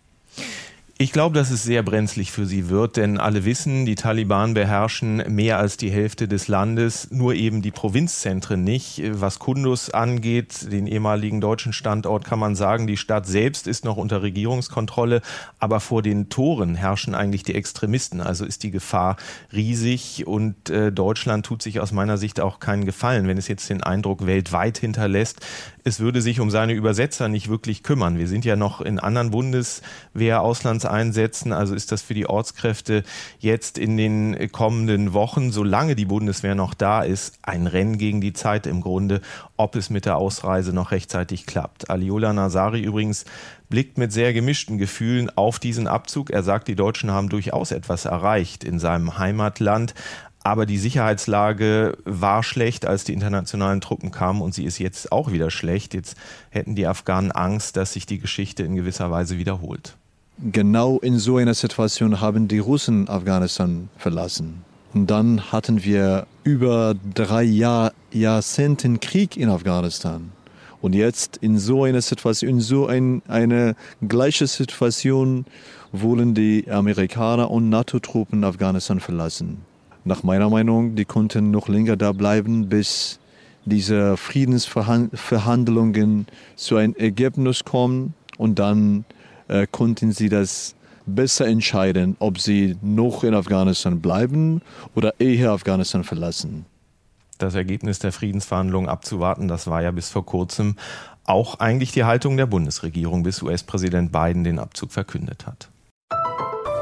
Ich glaube, dass es sehr brenzlig für sie wird, denn alle wissen, die Taliban beherrschen mehr als die Hälfte des Landes, nur eben die Provinzzentren nicht. Was Kunduz angeht, den ehemaligen deutschen Standort, kann man sagen, die Stadt selbst ist noch unter Regierungskontrolle, aber vor den Toren herrschen eigentlich die Extremisten. Also ist die Gefahr riesig und Deutschland tut sich aus meiner Sicht auch keinen Gefallen, wenn es jetzt den Eindruck weltweit hinterlässt, es würde sich um seine Übersetzer nicht wirklich kümmern. Wir sind ja noch in anderen Bundeswehr-Auslandseinsätzen, also ist das für die Ortskräfte jetzt in den kommenden Wochen, solange die Bundeswehr noch da ist, ein Rennen gegen die Zeit im Grunde, ob es mit der Ausreise noch rechtzeitig klappt. Aliullah Nazari übrigens blickt mit sehr gemischten Gefühlen auf diesen Abzug. Er sagt, die Deutschen haben durchaus etwas erreicht in seinem Heimatland. Aber die Sicherheitslage war schlecht, als die internationalen Truppen kamen und sie ist jetzt auch wieder schlecht. Jetzt hätten die Afghanen Angst, dass sich die Geschichte in gewisser Weise wiederholt. Genau in so einer Situation haben die Russen Afghanistan verlassen. Und dann hatten wir über 3 Jahrzehnte Krieg in Afghanistan. Und jetzt in so einer Situation, eine gleiche Situation, wollen die Amerikaner und NATO-Truppen Afghanistan verlassen. Nach meiner Meinung, die konnten noch länger da bleiben, bis diese Friedensverhandlungen zu einem Ergebnis kommen. Und dann konnten sie das besser entscheiden, ob sie noch in Afghanistan bleiben oder eher Afghanistan verlassen. Das Ergebnis der Friedensverhandlungen abzuwarten, das war ja bis vor kurzem auch eigentlich die Haltung der Bundesregierung, bis US-Präsident Biden den Abzug verkündet hat.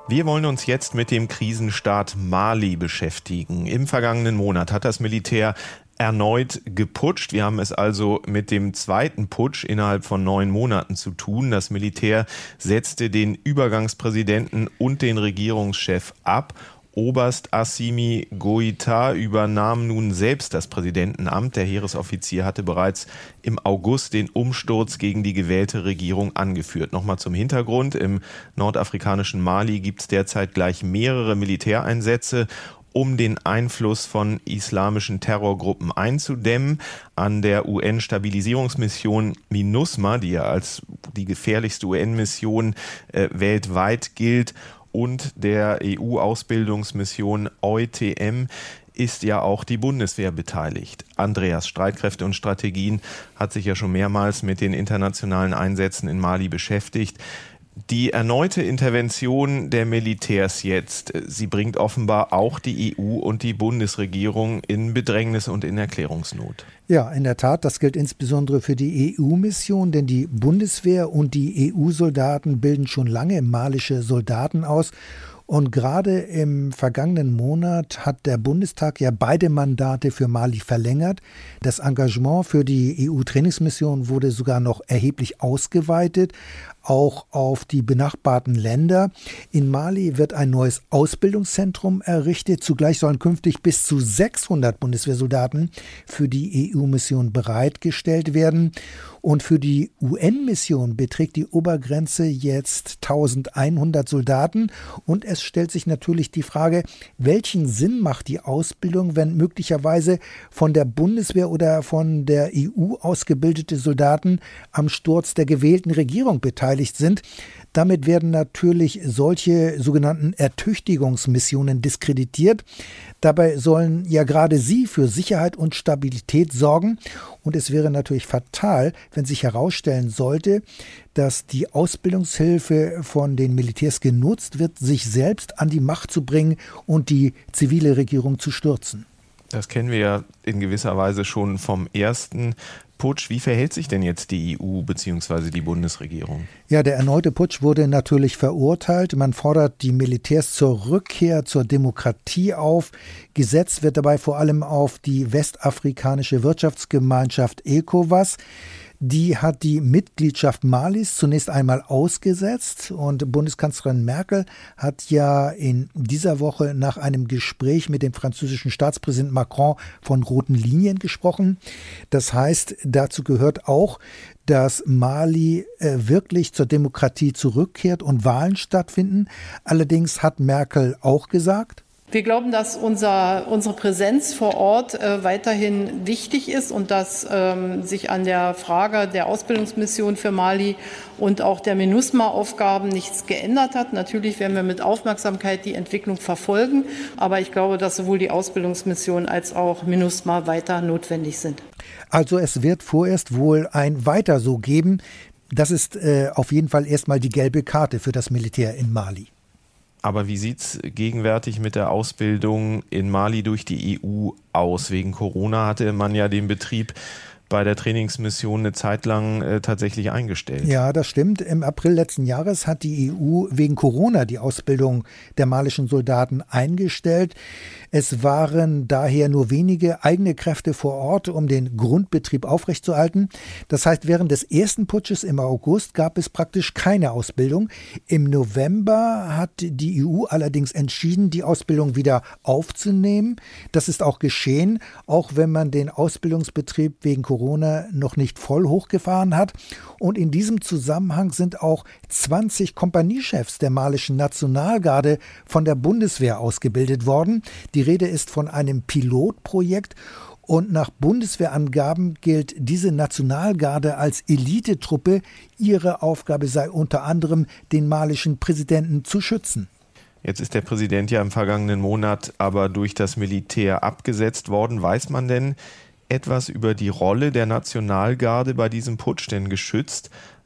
Wir wollen uns jetzt mit dem Krisenstaat Mali beschäftigen. Im vergangenen Monat hat das Militär erneut geputscht. Wir haben es also mit dem zweiten Putsch innerhalb von 9 Monaten zu tun. Das Militär setzte den Übergangspräsidenten und den Regierungschef ab. Oberst Assimi Goïta übernahm nun selbst das Präsidentenamt. Der Heeresoffizier hatte bereits im August den Umsturz gegen die gewählte Regierung angeführt. Nochmal zum Hintergrund. Im nordafrikanischen Mali gibt es derzeit gleich mehrere Militäreinsätze, um den Einfluss von islamischen Terrorgruppen einzudämmen. An der UN-Stabilisierungsmission MINUSMA, die ja als die gefährlichste UN-Mission weltweit gilt, und der EU-Ausbildungsmission EUTM ist ja auch die Bundeswehr beteiligt. Andreas, Streitkräfte und Strategien hat sich ja schon mehrmals mit den internationalen Einsätzen in Mali beschäftigt. Die erneute Intervention der Militärs jetzt, sie bringt offenbar auch die EU und die Bundesregierung in Bedrängnis und in Erklärungsnot. Ja, in der Tat, das gilt insbesondere für die EU-Mission, denn die Bundeswehr und die EU-Soldaten bilden schon lange malische Soldaten aus. Und gerade im vergangenen Monat hat der Bundestag ja beide Mandate für Mali verlängert. Das Engagement für die EU-Trainingsmission wurde sogar noch erheblich ausgeweitet, auch auf die benachbarten Länder. In Mali wird ein neues Ausbildungszentrum errichtet. Zugleich sollen künftig bis zu 600 Bundeswehrsoldaten für die EU-Mission bereitgestellt werden. Und für die UN-Mission beträgt die Obergrenze jetzt 1100 Soldaten. Und es stellt sich natürlich die Frage, welchen Sinn macht die Ausbildung, wenn möglicherweise von der Bundeswehr oder von der EU ausgebildete Soldaten am Sturz der gewählten Regierung beteiligt sind. Damit werden natürlich solche sogenannten Ertüchtigungsmissionen diskreditiert. Dabei sollen ja gerade sie für Sicherheit und Stabilität sorgen. Und es wäre natürlich fatal, wenn sich herausstellen sollte, dass die Ausbildungshilfe von den Militärs genutzt wird, sich selbst an die Macht zu bringen und die zivile Regierung zu stürzen. Das kennen wir ja in gewisser Weise schon vom ersten Putsch. Wie verhält sich denn jetzt die EU bzw. die Bundesregierung? Ja, der erneute Putsch wurde natürlich verurteilt. Man fordert die Militärs zur Rückkehr zur Demokratie auf. Gesetzt wird dabei vor allem auf die westafrikanische Wirtschaftsgemeinschaft ECOWAS. Die hat die Mitgliedschaft Malis zunächst einmal ausgesetzt und Bundeskanzlerin Merkel hat ja in dieser Woche nach einem Gespräch mit dem französischen Staatspräsidenten Macron von roten Linien gesprochen. Das heißt, dazu gehört auch, dass Mali wirklich zur Demokratie zurückkehrt und Wahlen stattfinden. Allerdings hat Merkel auch gesagt: Wir glauben, dass unsere Präsenz vor Ort weiterhin wichtig ist und dass sich an der Frage der Ausbildungsmission für Mali und auch der MINUSMA-Aufgaben nichts geändert hat. Natürlich werden wir mit Aufmerksamkeit die Entwicklung verfolgen, aber ich glaube, dass sowohl die Ausbildungsmission als auch MINUSMA weiter notwendig sind. Also es wird vorerst wohl ein Weiter so geben. Das ist auf jeden Fall erstmal die gelbe Karte für das Militär in Mali. Aber wie sieht es gegenwärtig mit der Ausbildung in Mali durch die EU aus? Wegen Corona hatte man ja den Betrieb bei der Trainingsmission eine Zeit lang tatsächlich eingestellt. Ja, das stimmt. Im April letzten Jahres hat die EU wegen Corona die Ausbildung der malischen Soldaten eingestellt. Es waren daher nur wenige eigene Kräfte vor Ort, um den Grundbetrieb aufrechtzuerhalten. Das heißt, während des ersten Putsches im August gab es praktisch keine Ausbildung. Im November hat die EU allerdings entschieden, die Ausbildung wieder aufzunehmen. Das ist auch geschehen, auch wenn man den Ausbildungsbetrieb wegen Corona noch nicht voll hochgefahren hat. Und in diesem Zusammenhang sind auch 20 Kompaniechefs der malischen Nationalgarde von der Bundeswehr ausgebildet worden. Die Rede ist von einem Pilotprojekt und nach Bundeswehrangaben gilt diese Nationalgarde als Elitetruppe. Ihre Aufgabe sei unter anderem, den malischen Präsidenten zu schützen. Jetzt ist der Präsident ja im vergangenen Monat aber durch das Militär abgesetzt worden. Weiß man denn etwas über die Rolle der Nationalgarde bei diesem Putsch? Denn geschützt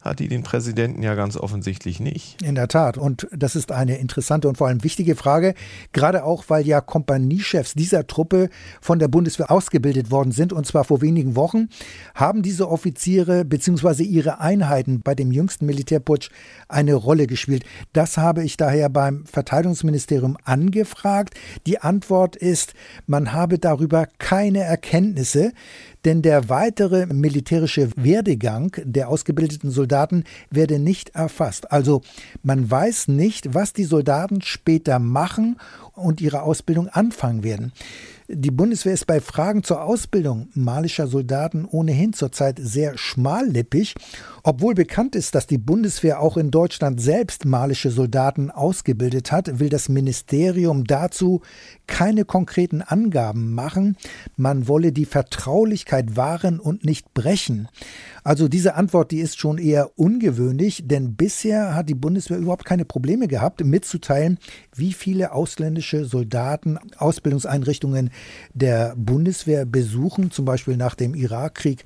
hat die den Präsidenten ja ganz offensichtlich nicht. In der Tat. Und das ist eine interessante und vor allem wichtige Frage, gerade auch, weil ja Kompaniechefs dieser Truppe von der Bundeswehr ausgebildet worden sind, und zwar vor wenigen Wochen, haben diese Offiziere bzw. ihre Einheiten bei dem jüngsten Militärputsch eine Rolle gespielt. Das habe ich daher beim Verteidigungsministerium angefragt. Die Antwort ist, man habe darüber keine Erkenntnisse, denn der weitere militärische Werdegang der ausgebildeten Soldaten werde nicht erfasst. Also man weiß nicht, was die Soldaten später machen und ihre Ausbildung anfangen werden. Die Bundeswehr ist bei Fragen zur Ausbildung malischer Soldaten ohnehin zurzeit sehr schmallippig. Obwohl bekannt ist, dass die Bundeswehr auch in Deutschland selbst malische Soldaten ausgebildet hat, will das Ministerium dazu keine konkreten Angaben machen. Man wolle die Vertraulichkeit wahren und nicht brechen. Also diese Antwort, die ist schon eher ungewöhnlich, denn bisher hat die Bundeswehr überhaupt keine Probleme gehabt, mitzuteilen, wie viele ausländische Soldaten Ausbildungseinrichtungen der Bundeswehr besuchen, zum Beispiel nach dem Irakkrieg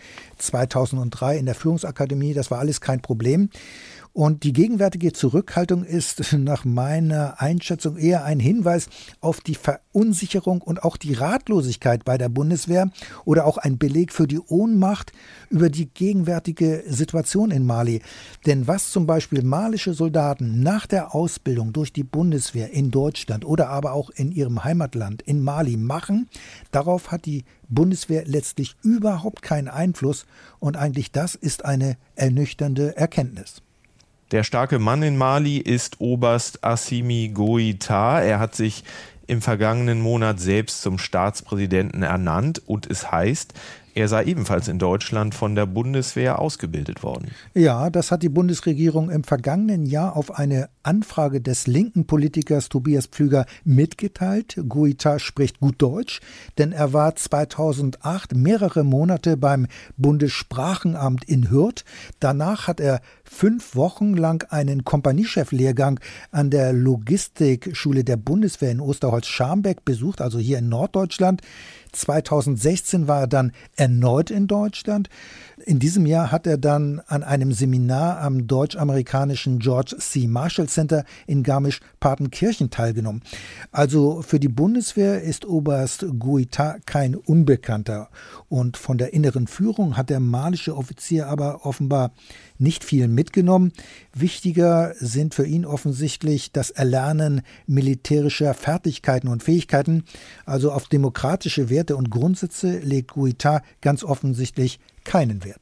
2003 in der Führungsakademie. Das war alles kein Problem. Und die gegenwärtige Zurückhaltung ist nach meiner Einschätzung eher ein Hinweis auf die Verunsicherung und auch die Ratlosigkeit bei der Bundeswehr oder auch ein Beleg für die Ohnmacht über die gegenwärtige Situation in Mali. Denn was zum Beispiel malische Soldaten nach der Ausbildung durch die Bundeswehr in Deutschland oder aber auch in ihrem Heimatland in Mali machen, darauf hat die Bundeswehr letztlich überhaupt keinen Einfluss, und eigentlich das ist eine ernüchternde Erkenntnis. Der starke Mann in Mali ist Oberst Assimi Goïta. Er hat sich im vergangenen Monat selbst zum Staatspräsidenten ernannt und es heißt, er sei ebenfalls in Deutschland von der Bundeswehr ausgebildet worden. Ja, das hat die Bundesregierung im vergangenen Jahr auf eine Anfrage des linken Politikers Tobias Pflüger mitgeteilt. Goïta spricht gut Deutsch, denn er war 2008 mehrere Monate beim Bundessprachenamt in Hürth. Danach hat er 5 Wochen lang einen Kompaniechef-Lehrgang an der Logistikschule der Bundeswehr in Osterholz-Scharmbeck besucht, also hier in Norddeutschland. 2016 war er dann erneut in Deutschland. In diesem Jahr hat er dann an einem Seminar am deutsch-amerikanischen George C. Marshall Center in Garmisch-Partenkirchen teilgenommen. Also für die Bundeswehr ist Oberst Goïta kein Unbekannter. Und von der inneren Führung hat der malische Offizier aber offenbar nicht viel mitgenommen. Wichtiger sind für ihn offensichtlich das Erlernen militärischer Fertigkeiten und Fähigkeiten. Also auf demokratische Werte und Grundsätze legt Goïta ganz offensichtlich keinen Wert.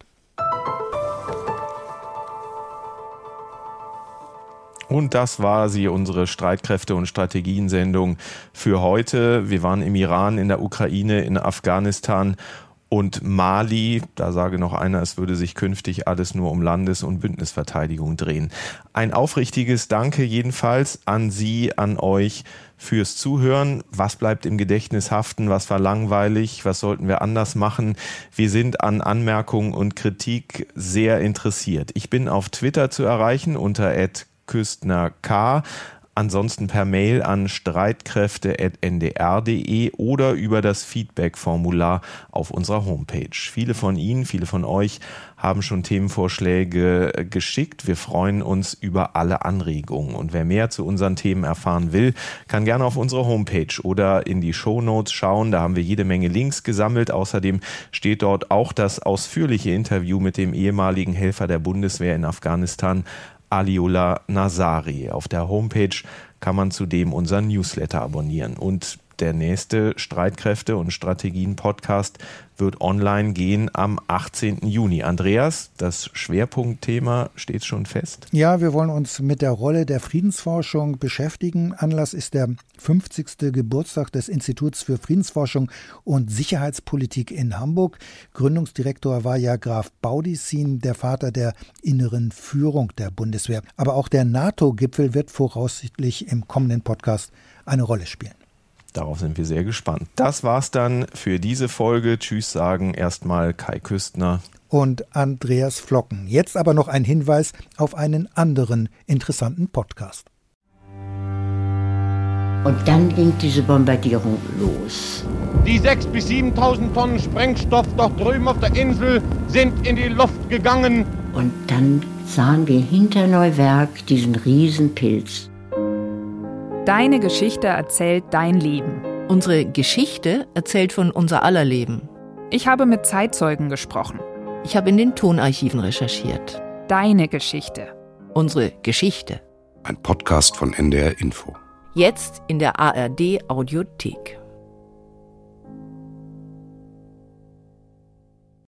Und das war sie, unsere Streitkräfte- und Strategien-Sendung für heute. Wir waren im Iran, in der Ukraine, in Afghanistan und Mali. Da sage noch einer, es würde sich künftig alles nur um Landes- und Bündnisverteidigung drehen. Ein aufrichtiges Danke jedenfalls an Sie, an euch fürs Zuhören. Was bleibt im Gedächtnis haften? Was war langweilig? Was sollten wir anders machen? Wir sind an Anmerkungen und Kritik sehr interessiert. Ich bin auf Twitter zu erreichen unter @küstnerk. Ansonsten per Mail an streitkräfte@ndr.de oder über das Feedback-Formular auf unserer Homepage. Viele von Ihnen, viele von euch haben schon Themenvorschläge geschickt. Wir freuen uns über alle Anregungen. Und wer mehr zu unseren Themen erfahren will, kann gerne auf unsere Homepage oder in die Shownotes schauen. Da haben wir jede Menge Links gesammelt. Außerdem steht dort auch das ausführliche Interview mit dem ehemaligen Helfer der Bundeswehr in Afghanistan, Aliullah Nazari. Auf der Homepage kann man zudem unseren Newsletter abonnieren. Und der nächste Streitkräfte- und Strategien-Podcast wird online gehen am 18. Juni. Andreas, das Schwerpunktthema steht schon fest? Ja, wir wollen uns mit der Rolle der Friedensforschung beschäftigen. Anlass ist der 50. Geburtstag des Instituts für Friedensforschung und Sicherheitspolitik in Hamburg. Gründungsdirektor war ja Graf Baudissin, der Vater der inneren Führung der Bundeswehr. Aber auch der NATO-Gipfel wird voraussichtlich im kommenden Podcast eine Rolle spielen. Darauf sind wir sehr gespannt. Das war's dann für diese Folge. Tschüss sagen erstmal Kai Küstner und Andreas Flocken. Jetzt aber noch ein Hinweis auf einen anderen interessanten Podcast. Und dann ging diese Bombardierung los. Die 6.000 bis 7.000 Tonnen Sprengstoff dort drüben auf der Insel sind in die Luft gegangen. Und dann sahen wir hinter Neuwerk diesen Riesenpilz. Deine Geschichte erzählt dein Leben. Unsere Geschichte erzählt von unser aller Leben. Ich habe mit Zeitzeugen gesprochen. Ich habe in den Tonarchiven recherchiert. Deine Geschichte. Unsere Geschichte. Ein Podcast von NDR Info. Jetzt in der ARD Audiothek.